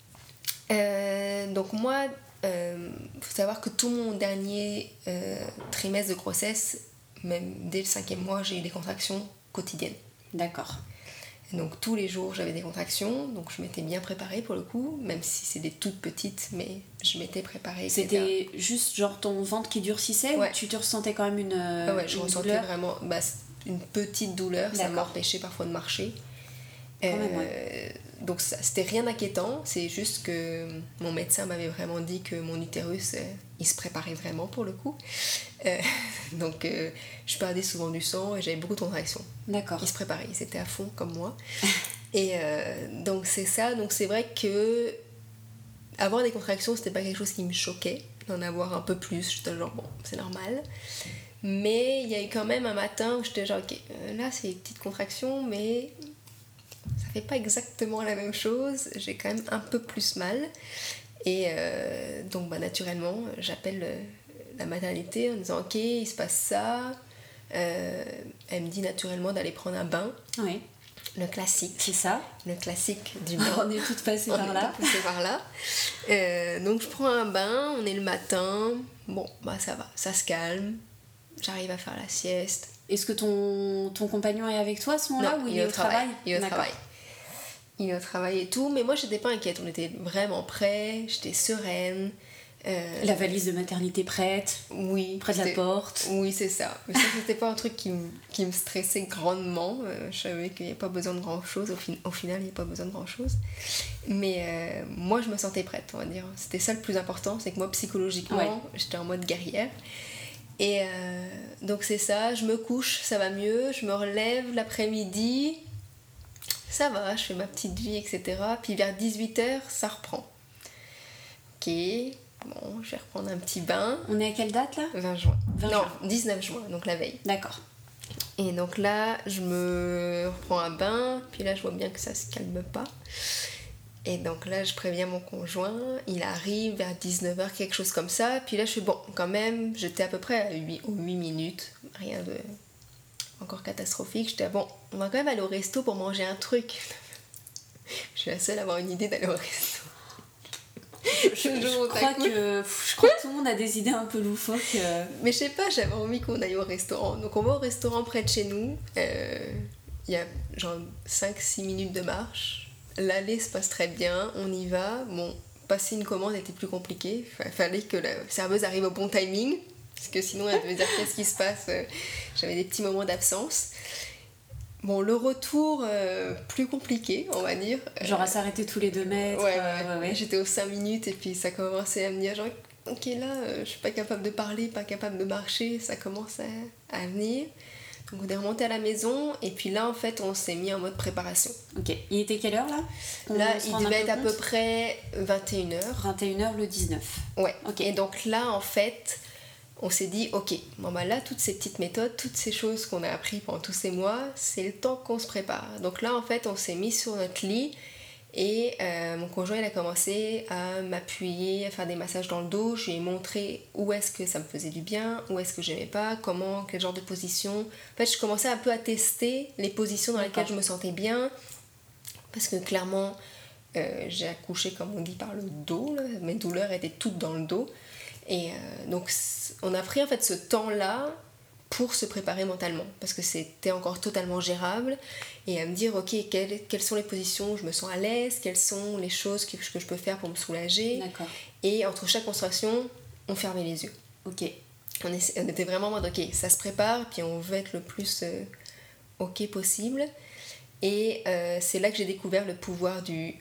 Donc moi, faut savoir que tout mon dernier trimestre de grossesse, même dès le 5e mois, j'ai eu des contractions quotidiennes. D'accord. Donc tous les jours j'avais des contractions, donc je m'étais bien préparée pour le coup, même si c'est des toutes petites, mais je m'étais préparée. Etc. C'était juste genre ton ventre qui durcissait ou tu te ressentais quand même une je ressentais vraiment une petite douleur, ça m'empêchait parfois de marcher. Donc c'était rien d'inquiétant, c'est juste que mon médecin m'avait vraiment dit que mon utérus il se préparait vraiment pour le coup. Donc je perdais souvent du sang et j'avais beaucoup de contractions. D'accord. Il se préparait, il était à fond comme moi. Et donc c'est ça, donc c'est vrai que avoir des contractions c'était pas quelque chose qui me choquait, d'en avoir un peu plus, j'étais genre bon c'est normal. Mais il y a eu quand même un matin où j'étais genre ok, là c'est des petites contractions mais ça fait pas exactement la même chose, j'ai quand même un peu plus mal. Et donc naturellement j'appelle la maternité en disant ok il se passe ça. Elle me dit naturellement d'aller prendre un bain. Oui. Le classique. C'est ça. Le classique du bain. On est toutes passées par là. Donc je prends un bain, on est le matin, bon ça va, ça se calme, j'arrive à faire la sieste. Est-ce que ton compagnon est avec toi à ce moment-là ou il est au travail? Il est au travail. Il est au travail et tout, mais moi j'étais pas inquiète, on était vraiment prêts, j'étais sereine. La valise de maternité prête, près de la porte. Oui, c'est ça. Mais ça, c'était pas un truc qui me stressait grandement. Je savais qu'il n'y avait pas besoin de grand-chose. Au final, il n'y a pas besoin de grand-chose. Mais moi, je me sentais prête, on va dire. C'était ça le plus important, c'est que moi, psychologiquement, j'étais en mode guerrière. Et donc c'est ça, je me couche, ça va mieux, je me relève l'après-midi, ça va, je fais ma petite vie, etc. Puis vers 18h, ça reprend. Ok, bon, je vais reprendre un petit bain. On est à quelle date là? 20 juin. Non, 19 juin, donc la veille. D'accord. Et donc là, je me reprends un bain, puis là je vois bien que ça se calme pas. Et donc là, je préviens mon conjoint, il arrive vers 19h, quelque chose comme ça. Puis là, je suis bon, quand même, j'étais à peu près à 8 minutes, rien de encore catastrophique. J'étais bon, on va quand même aller au resto pour manger un truc. Je suis la seule à avoir une idée d'aller au resto. Je crois que tout le monde a des idées un peu loufoques. Mais je sais pas, j'avais envie qu'on aille au restaurant. Donc on va au restaurant près de chez nous. Il y a genre 5-6 minutes de marche. L'aller se passe très bien, on y va. Bon, passer une commande était plus compliqué. Il fallait que la serveuse arrive au bon timing. Parce que sinon elle devait dire qu'est-ce qui se passe. J'avais des petits moments d'absence. Bon, le retour, plus compliqué, on va dire. Genre à s'arrêter tous les 2 mètres. Ouais. J'étais aux 5 minutes et puis ça commençait à me dire genre, ok là, je suis pas capable de parler, pas capable de marcher, ça commence à venir. Donc on est remonté à la maison et puis là en fait on s'est mis en mode préparation. Ok, il était quelle heure là? Là il devait être à peu près 21h. 21h le 19. Ouais, ok. Et donc là en fait on s'est dit ok, bon bah là toutes ces petites méthodes, toutes ces choses qu'on a appris pendant tous ces mois, c'est le temps qu'on se prépare. Donc là en fait on s'est mis sur notre lit Et mon conjoint, il a commencé à m'appuyer, à faire des massages dans le dos. Je lui ai montré où est-ce que ça me faisait du bien, où est-ce que j'aimais pas, comment, quel genre de position. En fait, je commençais un peu à tester les positions dans lesquelles je me sentais bien. Parce que clairement, j'ai accouché, comme on dit, par le dos. Là. Mes douleurs étaient toutes dans le dos. Et donc, on a pris en fait ce temps-là pour se préparer mentalement, parce que c'était encore totalement gérable, et à me dire, ok, quelles sont les positions où je me sens à l'aise, quelles sont les choses que je peux faire pour me soulager. D'accord. Et entre chaque contraction, on fermait les yeux. Ok. On était vraiment en mode, ok, ça se prépare, puis on veut être le plus ok possible. Et c'est là que j'ai découvert le pouvoir du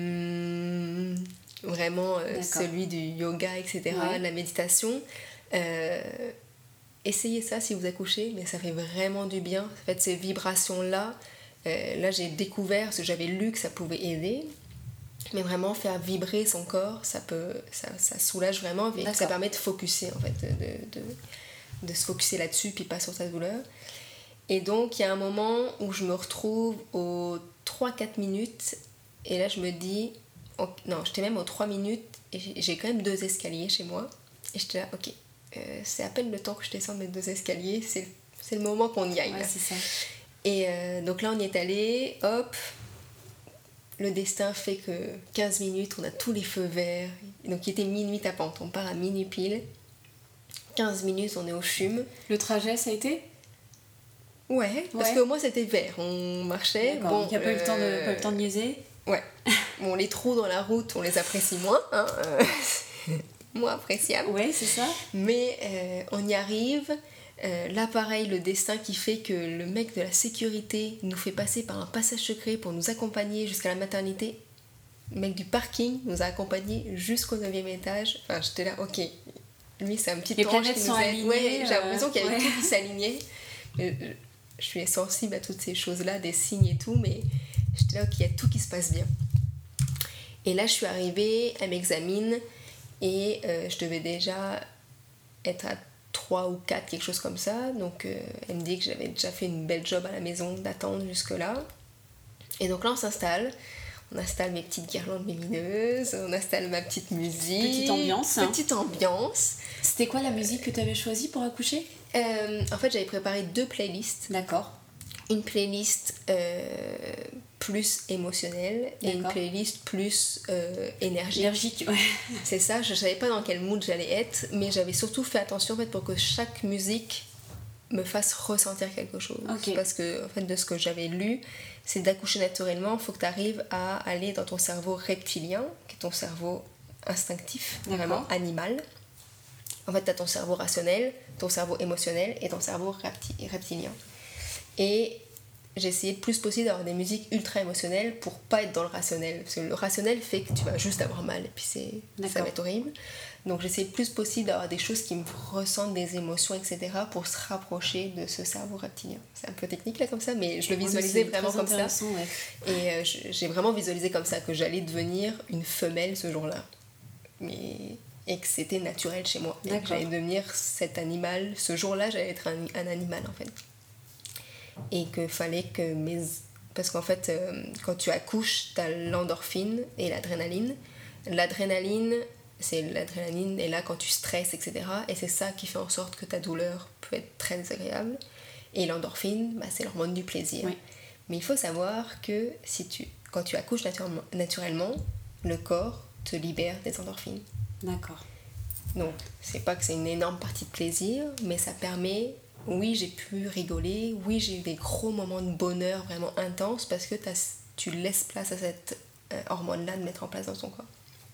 vraiment celui du yoga, etc., de la méditation. Essayez ça si vous accouchez, mais ça fait vraiment du bien. En fait, ces vibrations-là, là j'ai découvert, parce que j'avais lu que ça pouvait aider, mais vraiment faire vibrer son corps, ça soulage vraiment, et ça permet de focuser, en fait, de se focuser là-dessus, puis pas sur sa douleur. Et donc, il y a un moment où je me retrouve aux 3-4 minutes, et là je me dis, non, j'étais même aux 3 minutes, et j'ai quand même 2 escaliers chez moi, et j'étais là, ok. C'est à peine le temps que je descende mes 2 escaliers, c'est le moment qu'on y aille. Ouais, c'est ça. Et donc là, on y est allé, hop, le destin fait que 15 minutes, on a tous les feux verts. Donc il était minuit tapante, on part à minuit pile. 15 minutes, on est au CHUM. Le trajet, ça a été ? Ouais, parce qu'au moins c'était vert, on marchait. Bon, il n'y a pas eu le temps de niaiser. Ouais. Bon, les trous dans la route, on les apprécie moins, hein. Moins appréciable. Ouais, c'est ça. Mais on y arrive. Là, pareil, le destin qui fait que le mec de la sécurité nous fait passer par un passage secret pour nous accompagner jusqu'à la maternité. Le mec du parking nous a accompagnés jusqu'au 9e étage. Enfin, j'étais là, ok. Lui, c'est un petit les ange planètes qui sont nous aide. alignées. Ouais, j'ai l'impression qu'il y avait tout qui s'alignait. Je suis sensible à toutes ces choses-là, des signes et tout, mais j'étais là, ok, il y a tout qui se passe bien. Et là, je suis arrivée, elle m'examine. Et je devais déjà être à 3 ou 4, quelque chose comme ça. Donc elle me dit que j'avais déjà fait une belle job à la maison d'attendre jusque-là. Et donc là, on s'installe. On installe mes petites guirlandes lumineuses, on installe ma petite musique. Petite ambiance. Petite ambiance. C'était quoi la musique que tu avais choisie pour accoucher ? En fait, j'avais préparé 2 playlists. D'accord. Une playlist plus émotionnelle et une playlist plus énergique. Ouais. C'est ça, je savais pas dans quel mood j'allais être, mais j'avais surtout fait attention en fait, pour que chaque musique me fasse ressentir quelque chose. Okay. Parce que en fait, de ce que j'avais lu, c'est d'accoucher naturellement, il faut que tu arrives à aller dans ton cerveau reptilien, qui est ton cerveau instinctif, vraiment animal. En fait, tu as ton cerveau rationnel, ton cerveau émotionnel et ton cerveau reptilien. Et j'ai essayé le plus possible d'avoir des musiques ultra émotionnelles pour pas être dans le rationnel. Parce que le rationnel fait que tu vas juste avoir mal et puis ça va être horrible. Donc j'ai essayé le plus possible d'avoir des choses qui me ressentent des émotions, etc. pour se rapprocher de ce cerveau reptilien. C'est un peu technique là comme ça, mais je le visualisais vraiment comme ça. Ouais. Et j'ai vraiment visualisé comme ça que j'allais devenir une femelle ce jour-là. Et que c'était naturel chez moi. Et que j'allais devenir cet animal. Ce jour-là, j'allais être un animal en fait. Et qu'il fallait que parce qu'en fait quand tu accouches t'as l'endorphine et l'adrénaline. L'adrénaline est là quand tu stresses, etc. Et c'est ça qui fait en sorte que ta douleur peut être très désagréable. Et l'endorphine, c'est l'hormone du plaisir. Oui. Mais il faut savoir que quand tu accouches naturellement, le corps te libère des endorphines. D'accord. Donc c'est pas que c'est une énorme partie de plaisir, mais ça permet... Oui, j'ai pu rigoler, oui, j'ai eu des gros moments de bonheur vraiment intenses parce que tu laisses place à cette hormone-là de mettre en place dans ton corps.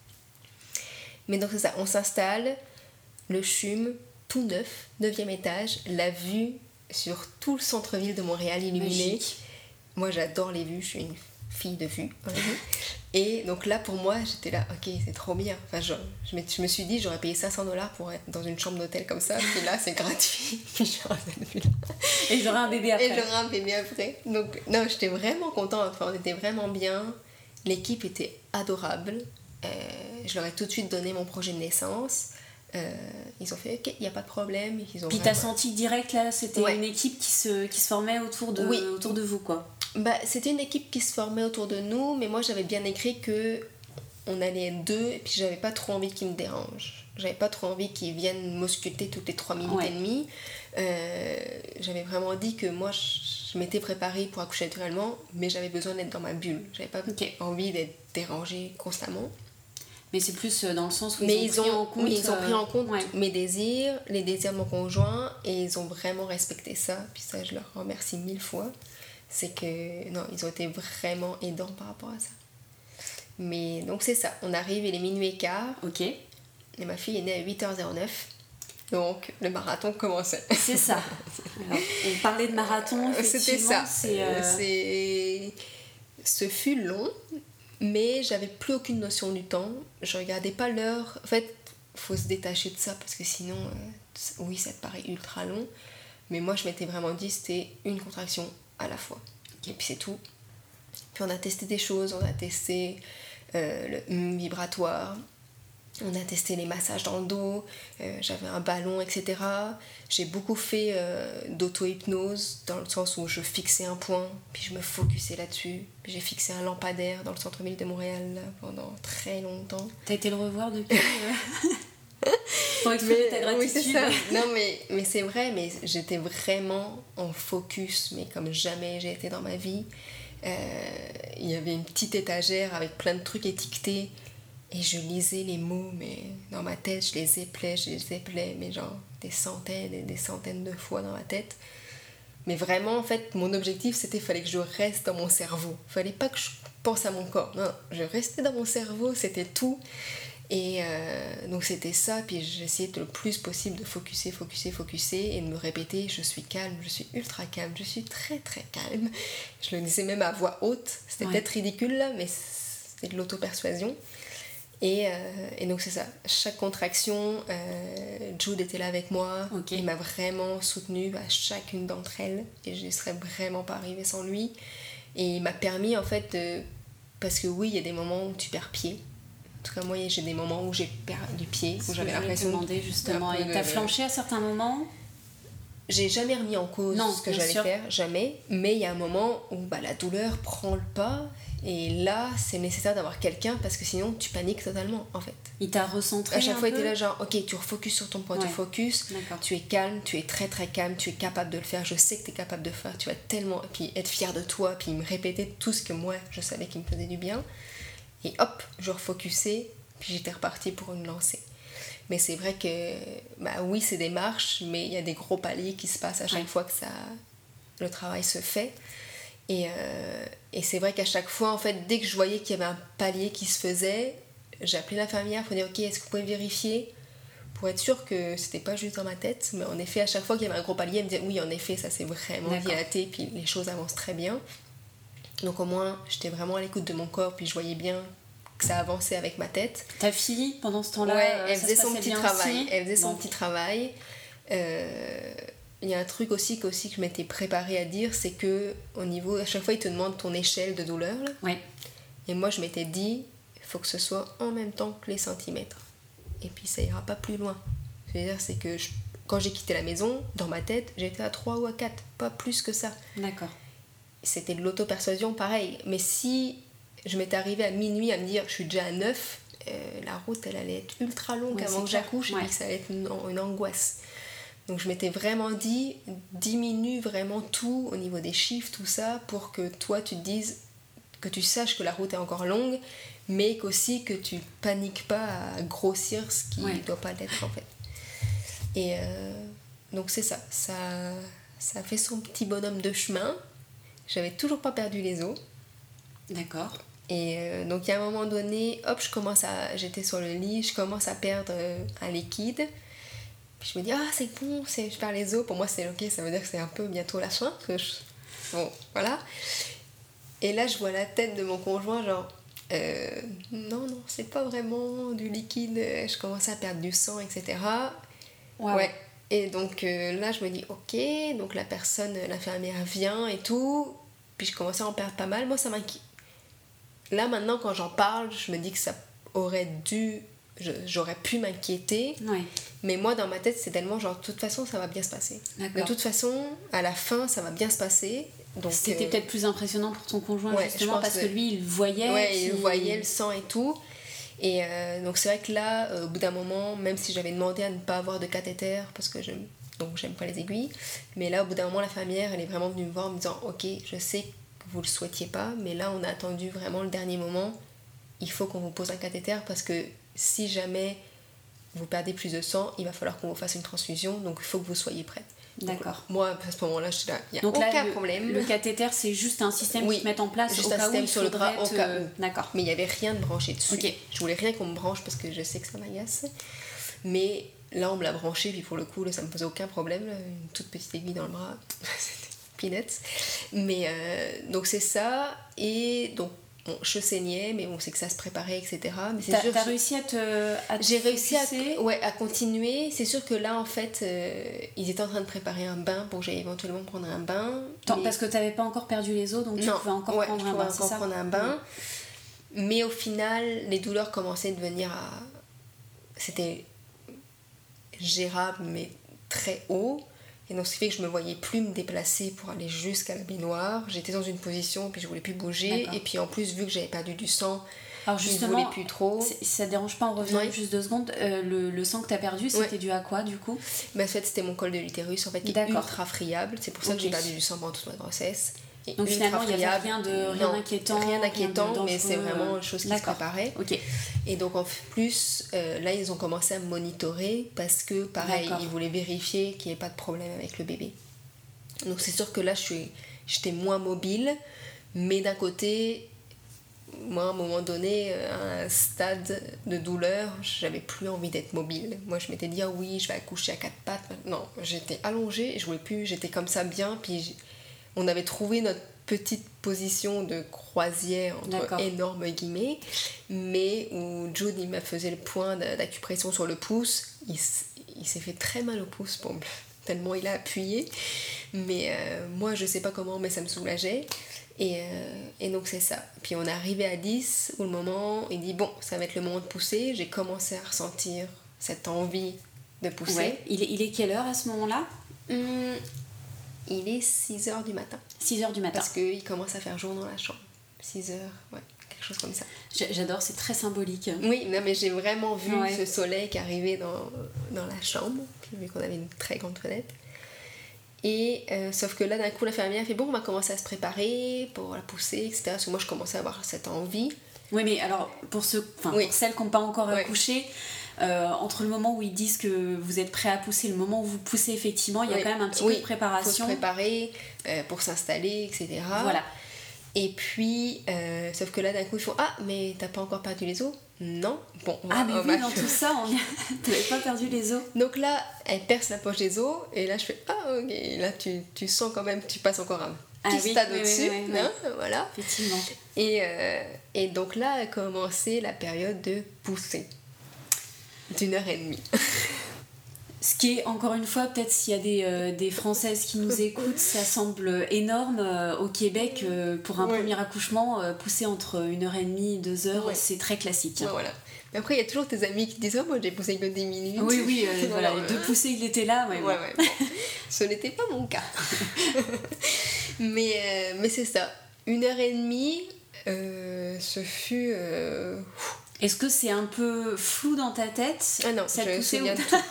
Mais donc c'est ça, on s'installe, le CHUM, tout neuf, 9e étage, la vue sur tout le centre-ville de Montréal illuminé. Magique. Moi j'adore les vues, je suis une fille de vue. Et donc là pour moi j'étais là, ok, c'est trop bien. Enfin, je me suis dit j'aurais payé $500 pour être dans une chambre d'hôtel comme ça, puis là c'est gratuit. Puis j'aurai cette vue-là. Et j'aurai un bébé après. Donc non, j'étais vraiment contente, enfin, on était vraiment bien. L'équipe était adorable. Je leur ai tout de suite donné mon projet de naissance. Ils ont fait ok, il n'y a pas de problème. Ils ont Puis vraiment... t'as senti direct là, c'était Ouais. une équipe qui se formait autour de vous quoi. C'était une équipe qui se formait autour de nous, mais moi j'avais bien écrit que on allait être 2 et puis j'avais pas trop envie qu'ils me dérangent. J'avais pas trop envie qu'ils viennent m'ausculter toutes les 3 minutes et demie. J'avais vraiment dit que moi je m'étais préparée pour accoucher naturellement, mais j'avais besoin d'être dans ma bulle. J'avais pas envie d'être dérangée constamment. Mais c'est plus dans le sens où ils ont pris en compte mes désirs, les désirs de mon conjoint, et ils ont vraiment respecté ça. Puis ça, je leur remercie 1000 fois. C'est que, non, ils ont été vraiment aidants par rapport à ça. Mais donc c'est ça, on arrive, il est minuit et quart. Ok. Et ma fille est née à 8h09. Donc le marathon commençait. C'est ça. Alors, on parlait de marathon, effectivement. C'était ça. Ce fut long. Mais j'avais plus aucune notion du temps. Je regardais pas l'heure. En fait, faut se détacher de ça parce que sinon, oui, ça te paraît ultra long. Mais moi, je m'étais vraiment dit c'était une contraction à la fois. Okay. Et puis c'est tout. Puis on a testé des choses. On a testé le vibratoire. On a testé les massages dans le dos. J'avais un ballon, etc. J'ai beaucoup fait d'auto-hypnose dans le sens où je fixais un point, puis je me focusais là-dessus. Puis j'ai fixé un lampadaire dans le centre-ville de Montréal là, pendant très longtemps. T'as été le revoir depuis pour exprimer ta gratitude. Oui, c'est ça. Non, mais c'est vrai, mais j'étais vraiment en focus, mais comme jamais j'ai été dans ma vie. Il y avait une petite étagère avec plein de trucs étiquetés. Et je lisais les mots, mais dans ma tête, je les éplais, mais genre des centaines et des centaines de fois dans ma tête. Mais vraiment, en fait, mon objectif, c'était qu'il fallait que je reste dans mon cerveau. Il fallait pas que je pense à mon corps. Non, je restais dans mon cerveau, c'était tout. Et donc c'était ça, puis j'essayais le plus possible de focuser et de me répéter, je suis calme, je suis ultra calme, je suis très très calme. Je le disais même à voix haute, c'était peut-être ridicule là, mais c'était de l'auto-persuasion. Et donc c'est ça, chaque contraction, Jude était là avec moi, il m'a vraiment soutenue à chacune d'entre elles et je ne serais vraiment pas arrivée sans lui. Et il m'a permis en fait, parce que oui, il y a des moments où tu perds pied. En tout cas moi j'ai des moments où j'ai perdu pied, où j'avais l'impression... demander justement, et t'as flanché à certains moments? J'ai jamais remis en cause ce que j'allais faire, jamais, mais il y a un moment où la douleur prend le pas. Et là, c'est nécessaire d'avoir quelqu'un parce que sinon, tu paniques totalement, en fait. Il t'a recentré à chaque fois, il était là genre, ok, tu refocuses sur ton point, tu focuses, tu es calme, tu es très très calme, tu es capable de le faire, je sais que tu es capable de le faire, tu vas tellement, puis être fier de toi, puis me répéter tout ce que moi, je savais qui me faisait du bien. Et hop, je refocusais, puis j'étais repartie pour une lancée. Mais c'est vrai que, oui, c'est des marches, mais il y a des gros paliers qui se passent à chaque fois que le travail se fait. Et c'est vrai qu'à chaque fois, en fait, dès que je voyais qu'il y avait un palier qui se faisait, j'appelais l'infirmière pour dire ok, est-ce que vous pouvez vérifier pour être sûr que c'était pas juste dans ma tête. Mais en effet, à chaque fois qu'il y avait un gros palier, elle me disait oui, en effet, ça s'est vraiment dilaté, puis les choses avancent très bien. Donc au moins, j'étais vraiment à l'écoute de mon corps, puis je voyais bien que ça avançait avec ma tête. Ta fille, pendant ce temps-là, elle faisait son petit travail. Elle faisait son petit travail. Il y a un truc aussi que je m'étais préparée à dire, c'est que au niveau, à chaque fois ils te demandent ton échelle de douleur là. Ouais. Et moi je m'étais dit, il faut que ce soit en même temps que les centimètres. Et puis ça ira pas plus loin. C'est-à-dire c'est que quand j'ai quitté la maison, dans ma tête, j'étais à 3 ou à 4, pas plus que ça. D'accord. C'était de l'auto-persuasion pareil. Mais si je m'étais arrivée à minuit à me dire, je suis déjà à 9, la route elle allait être ultra longue avant que j'accouche, et puis ça allait être une angoisse. Donc je m'étais vraiment dit, diminue vraiment tout au niveau des chiffres, tout ça, pour que toi tu te dises, que tu saches que la route est encore longue, mais qu'aussi que tu paniques pas à grossir ce qui ne doit pas l'être en fait. Et donc c'est ça a fait son petit bonhomme de chemin. J'avais toujours pas perdu les os. D'accord. Et donc il y a un moment donné, hop, j'étais sur le lit, je commence à perdre un liquide. Je me dis, c'est bon, je perds les os. Pour moi, c'est ok, ça veut dire que c'est un peu bientôt la fin. Bon, voilà. Et là, je vois la tête de mon conjoint, genre, non, c'est pas vraiment du liquide. Je commence à perdre du sang, etc. Wow. Ouais. Et donc là, je me dis, ok, donc l'infirmière vient et tout. Puis je commençais à en perdre pas mal. Moi, ça m'inquiète. Là, maintenant, quand j'en parle, je me dis que ça aurait dû j'aurais pu m'inquiéter. Ouais. Mais moi, dans ma tête, c'est tellement genre, de toute façon, ça va bien se passer. D'accord. De toute façon, à la fin, ça va bien se passer. Donc, c'était peut-être plus impressionnant pour ton conjoint, ouais, justement, parce que lui, il voyait. Ouais, il voyait le sang et tout. Et donc, c'est vrai que là, au bout d'un moment, même si j'avais demandé à ne pas avoir de cathéter, parce que j'aime pas les aiguilles, mais là, au bout d'un moment, l'infirmière, elle est vraiment venue me voir en me disant, ok, je sais que vous le souhaitiez pas, mais là, on a attendu vraiment le dernier moment. Il faut qu'on vous pose un cathéter parce que si jamais vous perdez plus de sang, il va falloir qu'on vous fasse une transfusion, donc il faut que vous soyez prête. D'accord. Donc, moi, à ce moment-là, je suis là, il n'y a donc aucun là, problème. Le cathéter, c'est juste un système qui se met en place juste au un cas où système il sur le bras, au cas où. D'accord. Mais il n'y avait rien de branché dessus. Okay. Je voulais rien qu'on me branche parce que je sais que ça m'agace. Mais là, on me l'a branché, puis pour le coup, là, ça me posait aucun problème. Là, une toute petite aiguille dans le bras, c'était peanuts. Mais donc c'est ça, et donc bon, je saignais, mais bon, c'est que ça se préparait, etc. Mais c'est sûr, t'as réussi à j'ai réussi à continuer. C'est sûr que là, en fait, ils étaient en train de préparer un bain pour que j'aille éventuellement prendre un bain. Parce que t'avais pas encore perdu les os, donc tu pouvais encore prendre un bain, c'est ça ? prendre un bain. Mais au final, les douleurs commençaient à devenir c'était gérable, mais très haut. Et donc, ce qui fait que je me voyais plus me déplacer pour aller jusqu'à la baignoire. J'étais dans une position, puis je voulais plus bouger. D'accord. Et puis en plus, vu que j'avais perdu du sang, alors justement, je voulais plus trop. Ça te dérange pas, on revient juste 2 secondes. Le sang que t'as perdu, c'était dû à quoi, du coup ? En fait, c'était mon col de l'utérus, en fait, qui est ultra friable. C'est pour ça que j'ai perdu du sang pendant toute ma grossesse. Et donc finalement, il n'y avait rien d'inquiétant. Rien d'inquiétant, mais c'est vraiment une chose qui se préparait. Okay. Et donc en plus, là, ils ont commencé à me monitorer parce que, pareil, ils voulaient vérifier qu'il n'y ait pas de problème avec le bébé. Donc c'est sûr que là, j'étais moins mobile, mais d'un côté, moi, à un moment donné, à un stade de douleur, j'avais plus envie d'être mobile. Moi, je m'étais dit, ah oui, je vais accoucher à 4 pattes. Non, j'étais allongée, je voulais plus, j'étais comme ça bien, puis on avait trouvé notre petite position de croisière, entre énormes guillemets, mais où Jude, il m'a fait le point d'acupression sur le pouce. Il s'est fait très mal au pouce, tellement il a appuyé. Mais moi, je sais pas comment, mais ça me soulageait. Et donc, c'est ça. Puis, on est arrivé à 10, où le moment, il dit, bon, ça va être le moment de pousser. J'ai commencé à ressentir cette envie de pousser. Ouais. Il est quelle heure à ce moment-là ? Il est 6h du matin. 6h du matin. Parce qu'il commence à faire jour dans la chambre. 6h, ouais, quelque chose comme ça. J'adore, c'est très symbolique. Oui, non, mais j'ai vraiment vu ce soleil qui arrivait dans la chambre, puis vu qu'on avait une très grande fenêtre. Et sauf que là, d'un coup, l'infirmière fait, bon, on va commencer à se préparer pour la pousser, etc. Parce que moi, je commençais à avoir cette envie. Oui, mais alors, pour celles qui n'ont pas encore accouché, entre le moment où ils disent que vous êtes prêt à pousser et le moment où vous poussez effectivement, il y a quand même un petit peu de préparation. Il faut se préparer pour s'installer, etc. Voilà. Et puis, sauf que là, d'un coup, ils font, ah, mais t'as pas encore perdu les os ? Non. Bon, mais dans tout ça, t'avais pas perdu les os. Donc là, elle perce la poche des os, et là, je fais, ah, ok. Et là, tu sens quand même, tu passes encore un petit stade au-dessus. Hein, voilà. Effectivement. Et donc là a commencé la période de poussée d'1h30. Ce qui est, encore une fois, peut-être s'il y a des Françaises qui nous écoutent, ça semble énorme. Au Québec, pour un premier accouchement, pousser entre 1h30 et 2h, c'est très classique. Ouais, voilà. Mais après, il y a toujours tes amis qui te disent, oh, moi j'ai poussé que 10 minutes. Oui, voilà, les 2 poussées, il était là. Ouais, bon. Ce n'était pas mon cas. mais c'est ça. 1h30, ce fut... Est-ce que c'est un peu flou dans ta tête ? Ah non, je me souviens de tout.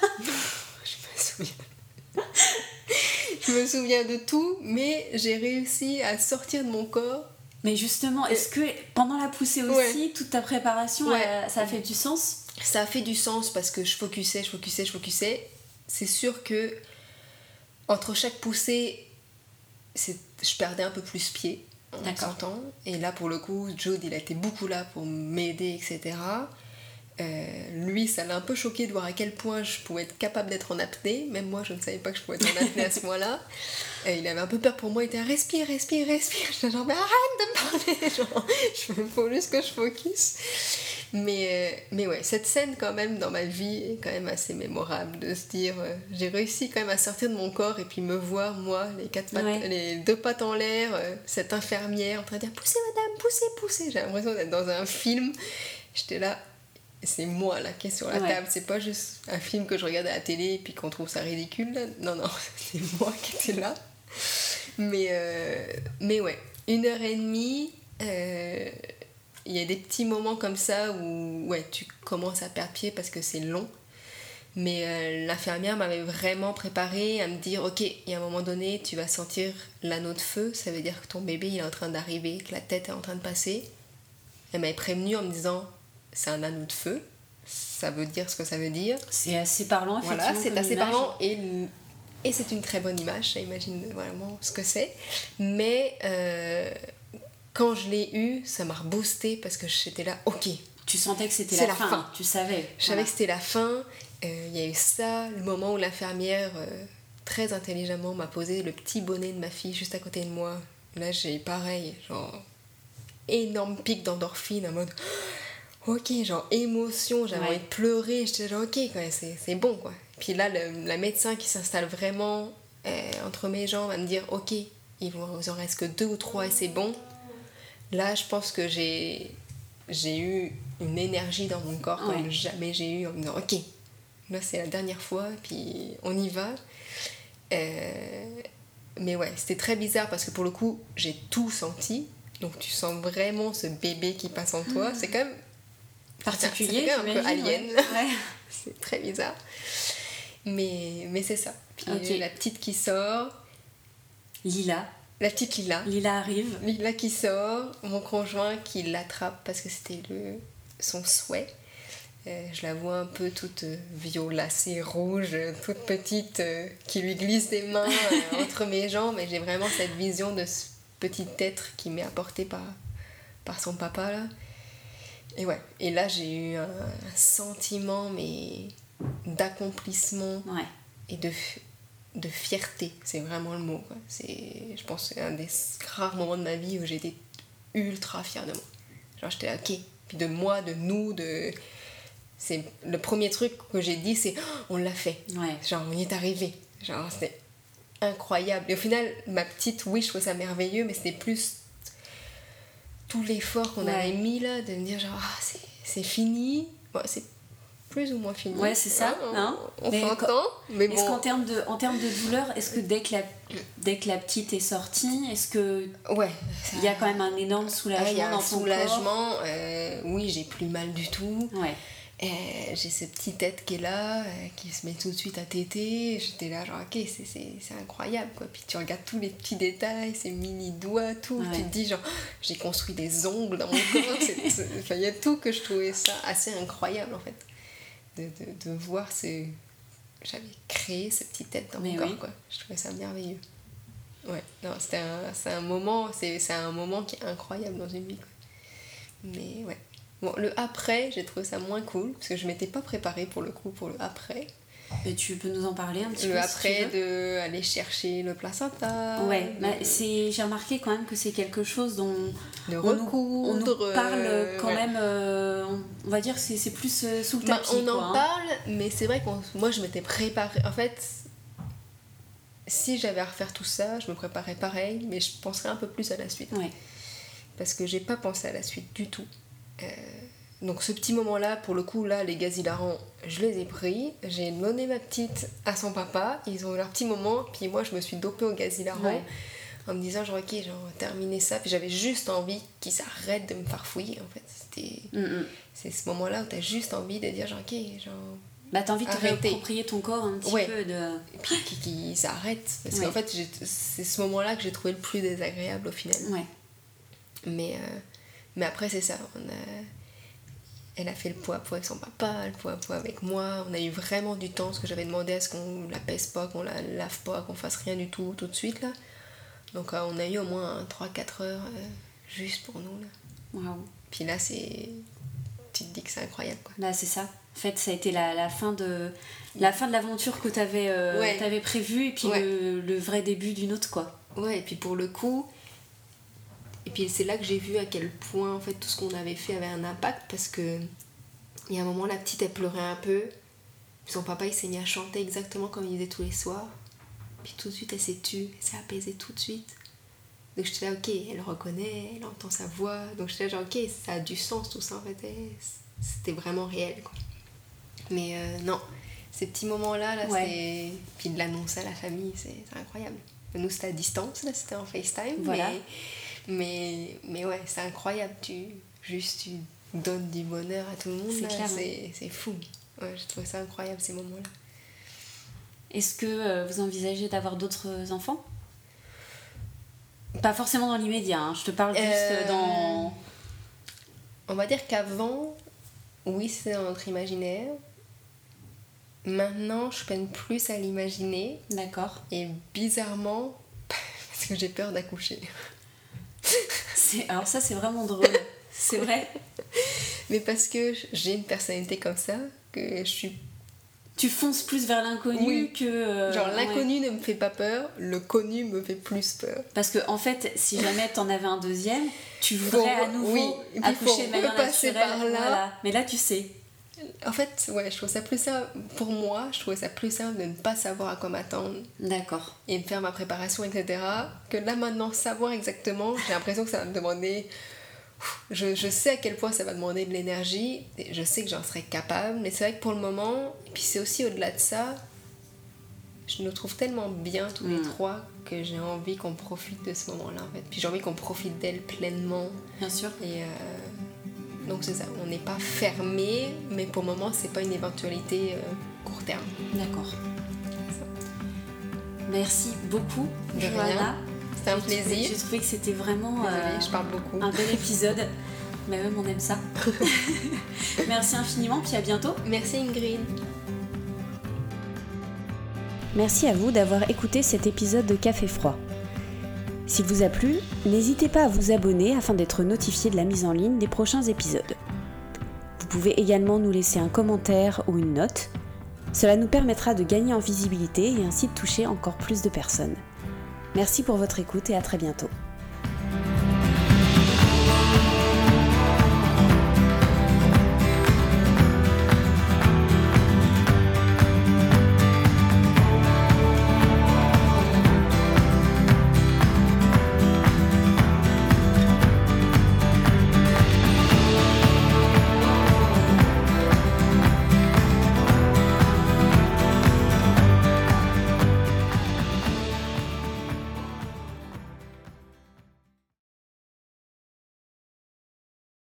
Je me souviens de tout, mais j'ai réussi à sortir de mon corps. Mais justement, est-ce que pendant la poussée aussi, toute ta préparation, ça a fait du sens ? Ça a fait du sens parce que je focusais. C'est sûr que entre chaque poussée, je perdais un peu plus pied. D'accord. Et là, pour le coup, Jude, il a été beaucoup là pour m'aider, etc. Lui, ça l'a un peu choqué de voir à quel point je pouvais être capable d'être en apnée. Même moi, je ne savais pas que je pouvais être en apnée à ce moment-là. Il avait un peu peur pour moi. Il était respire. J'étais genre, mais arrête de me parler. Genre, il faut juste que je focus. Mais ouais, cette scène quand même dans ma vie est quand même assez mémorable, de se dire j'ai réussi quand même à sortir de mon corps et puis me voir, moi, les 2 pattes en l'air, cette infirmière en train de dire poussez madame, poussez. J'ai l'impression d'être dans un film. J'étais là, c'est moi là qui est sur la table, c'est pas juste un film que je regarde à la télé et puis qu'on trouve ça ridicule là. Non, c'est moi qui étais là. Mais ouais, 1h30, il y a des petits moments comme ça où ouais, tu commences à perdre pied parce que c'est long. Mais l'infirmière m'avait vraiment préparée à me dire ok, il y a un moment donné, tu vas sentir l'anneau de feu, ça veut dire que ton bébé il est en train d'arriver, que la tête est en train de passer. Elle m'avait prévenue en me disant c'est un anneau de feu, ça veut dire ce que ça veut dire. C'est assez parlant, effectivement. Voilà, c'est assez parlant et c'est une très bonne image, ça imagine vraiment ce que c'est. Mais quand je l'ai eu, ça m'a reboosté parce que j'étais là, ok. Tu sentais que c'était la fin, tu savais. Je savais que c'était la fin. Il y a eu ça, le moment où l'infirmière, très intelligemment, m'a posé le petit bonnet de ma fille juste à côté de moi. Là, j'ai pareil, genre, énorme pic d'endorphine, en mode, ok, genre, émotion, j'avais envie de pleurer, j'étais genre, ok, quoi, c'est bon, quoi. Puis là, la médecin qui s'installe vraiment entre mes jambes va me dire, ok, il vous en reste que 2 ou 3 et c'est bon. Là, je pense que j'ai eu une énergie dans mon corps comme jamais j'ai eu en me disant, ok, là c'est la dernière fois, puis on y va. Mais ouais, c'était très bizarre parce que pour le coup, j'ai tout senti. Donc tu sens vraiment ce bébé qui passe en toi. C'est quand même particulier, c'est quand même un peu alien. Ouais. C'est très bizarre. Mais c'est ça. Puis la petite qui sort. Lila. La petite Lila. Lila arrive. Lila qui sort, mon conjoint qui l'attrape parce que c'était son souhait. Je la vois un peu toute violacée, rouge, toute petite, qui lui glisse des mains entre mes jambes. Et j'ai vraiment cette vision de ce petit être qui m'est apporté par son papa, là. Et ouais, et là j'ai eu un sentiment mais d'accomplissement et de fierté, c'est vraiment le mot, quoi. Je pense que c'est un des rares moments de ma vie où j'étais ultra fière de moi. Genre j'étais là, ok, puis de moi, de nous, c'est le premier truc que j'ai dit, c'est on l'a fait, genre on y est arrivé, genre c'était incroyable. Et au final, ma petite, oui, je trouvais ça merveilleux, mais c'était plus tout l'effort qu'on avait mis là, de me dire genre c'est fini, bon, c'est plus ou moins fini. Ouais, c'est ça. On s'entend. Mais bon. Est-ce qu'en termes de douleur, est-ce que dès que la petite est sortie, est-ce que il y a quand même un énorme soulagement dans ton corps? Oui, j'ai plus mal du tout. J'ai ce petit tête qui est là, qui se met tout de suite à téter. J'étais là genre ok, c'est incroyable, quoi. Puis tu regardes tous les petits détails, ces mini doigts, tout. Tu te dis genre j'ai construit des ongles dans mon corps. Il y a tout que je trouvais ça assez incroyable en fait. De voir j'avais créé ce petit tête dans mon corps, quoi. Je trouvais ça merveilleux. C'est un moment qui est incroyable dans une vie, quoi. Mais ouais. Bon, le après, j'ai trouvé ça moins cool parce que je m'étais pas préparée pour le après. Et tu peux nous en parler un petit peu? Le après d'aller chercher le placenta. J'ai remarqué quand même que c'est quelque chose dont on nous parle quand même. On va dire que c'est plus sous le tapis. On en parle, mais c'est vrai que moi je m'étais préparée. En fait, si j'avais à refaire tout ça, je me préparais pareil, mais je penserais un peu plus à la suite. Parce que j'ai pas pensé à la suite du tout. Donc ce petit moment-là, pour le coup, là, les gaz hilarants, je les ai pris. J'ai donné ma petite à son papa. Ils ont eu leur petit moment. Puis moi, je me suis dopée au gaz hilarant en me disant genre ok, genre terminer ça. Puis j'avais juste envie qu'ils s'arrêtent de me farfouiller, en fait. C'est ce moment-là où t'as juste envie de dire genre ok, genre... t'as envie de te réapproprier ton corps un petit peu de... Et puis qu'ils s'arrêtent. Parce qu'en fait, c'est ce moment-là que j'ai trouvé le plus désagréable au final. Mais après, c'est ça. Elle a fait le poids avec son papa, le poids avec moi. On a eu vraiment du temps, parce que j'avais demandé à ce qu'on la pèse pas, qu'on la lave pas, qu'on fasse rien du tout de suite, là. Donc on a eu au moins 3-4 heures juste pour nous, là. Waouh. Puis là, tu te dis que c'est incroyable, quoi. Là, c'est ça. En fait, ça a été la fin de l'aventure que t'avais prévue, et puis le vrai début d'une autre, quoi. Ouais, et puis pour le coup... Et puis c'est là que j'ai vu à quel point en fait tout ce qu'on avait fait avait un impact, parce que il y a un moment, la petite elle pleurait un peu, puis son papa il s'est mis à chanter exactement comme il faisait tous les soirs, puis tout de suite elle s'est tue, elle s'est apaisée tout de suite. Donc j'étais là ok, elle reconnaît, elle entend sa voix, donc j'étais là genre ok, ça a du sens tout ça en fait, c'était vraiment réel, quoi. Mais non, ces petits moments-là, là, c'est... Puis de l'annoncer à la famille, c'est incroyable. Nous, c'était à distance, là, c'était en FaceTime. Voilà. Mais ouais, c'est incroyable. Tu donnes du bonheur à tout le monde. C'est clair. C'est fou. Ouais, je trouve ça incroyable, ces moments-là. Est-ce que vous envisagez d'avoir d'autres enfants ? Pas forcément dans l'immédiat, hein. Je te parle juste dans... On va dire qu'avant, oui, c'était dans notre imaginaire. Maintenant, je peine plus à l'imaginer. D'accord. Et bizarrement, parce que j'ai peur d'accoucher. Alors ça, c'est vraiment drôle. C'est vrai. Mais parce que j'ai une personnalité comme ça, que je suis... Tu fonces plus vers l'inconnu que... Genre, l'inconnu ne me fait pas peur, le connu me fait plus peur. Parce que, en fait, si jamais t'en avais un deuxième, tu voudrais à nouveau accoucher de manière naturelle. Par là. Voilà. Mais là, tu sais. En fait, ouais, je trouve ça plus simple. Pour moi, je trouvais ça plus simple de ne pas savoir à quoi m'attendre. D'accord. Et de faire ma préparation, etc. Que là, maintenant, savoir exactement, j'ai l'impression que ça va me demander... Je sais à quel point ça va demander de l'énergie, et je sais que j'en serai capable, mais c'est vrai que pour le moment, et puis c'est aussi au-delà de ça, je nous trouve tellement bien tous les trois que j'ai envie qu'on profite de ce moment-là, en fait. Puis j'ai envie qu'on profite d'elle pleinement. Bien sûr. Et donc c'est ça, on n'est pas fermé, mais pour le moment, c'est pas une éventualité court terme. D'accord. Merci beaucoup, Johanna. C'était un plaisir. J'ai trouvé que c'était vraiment Désolée, je parle beaucoup. Un bel épisode. Mais même on aime ça. Merci infiniment, puis à bientôt. Merci Ingrid. Merci à vous d'avoir écouté cet épisode de Café Froid. S'il vous a plu, n'hésitez pas à vous abonner afin d'être notifié de la mise en ligne des prochains épisodes. Vous pouvez également nous laisser un commentaire ou une note. Cela nous permettra de gagner en visibilité et ainsi de toucher encore plus de personnes. Merci pour votre écoute et à très bientôt.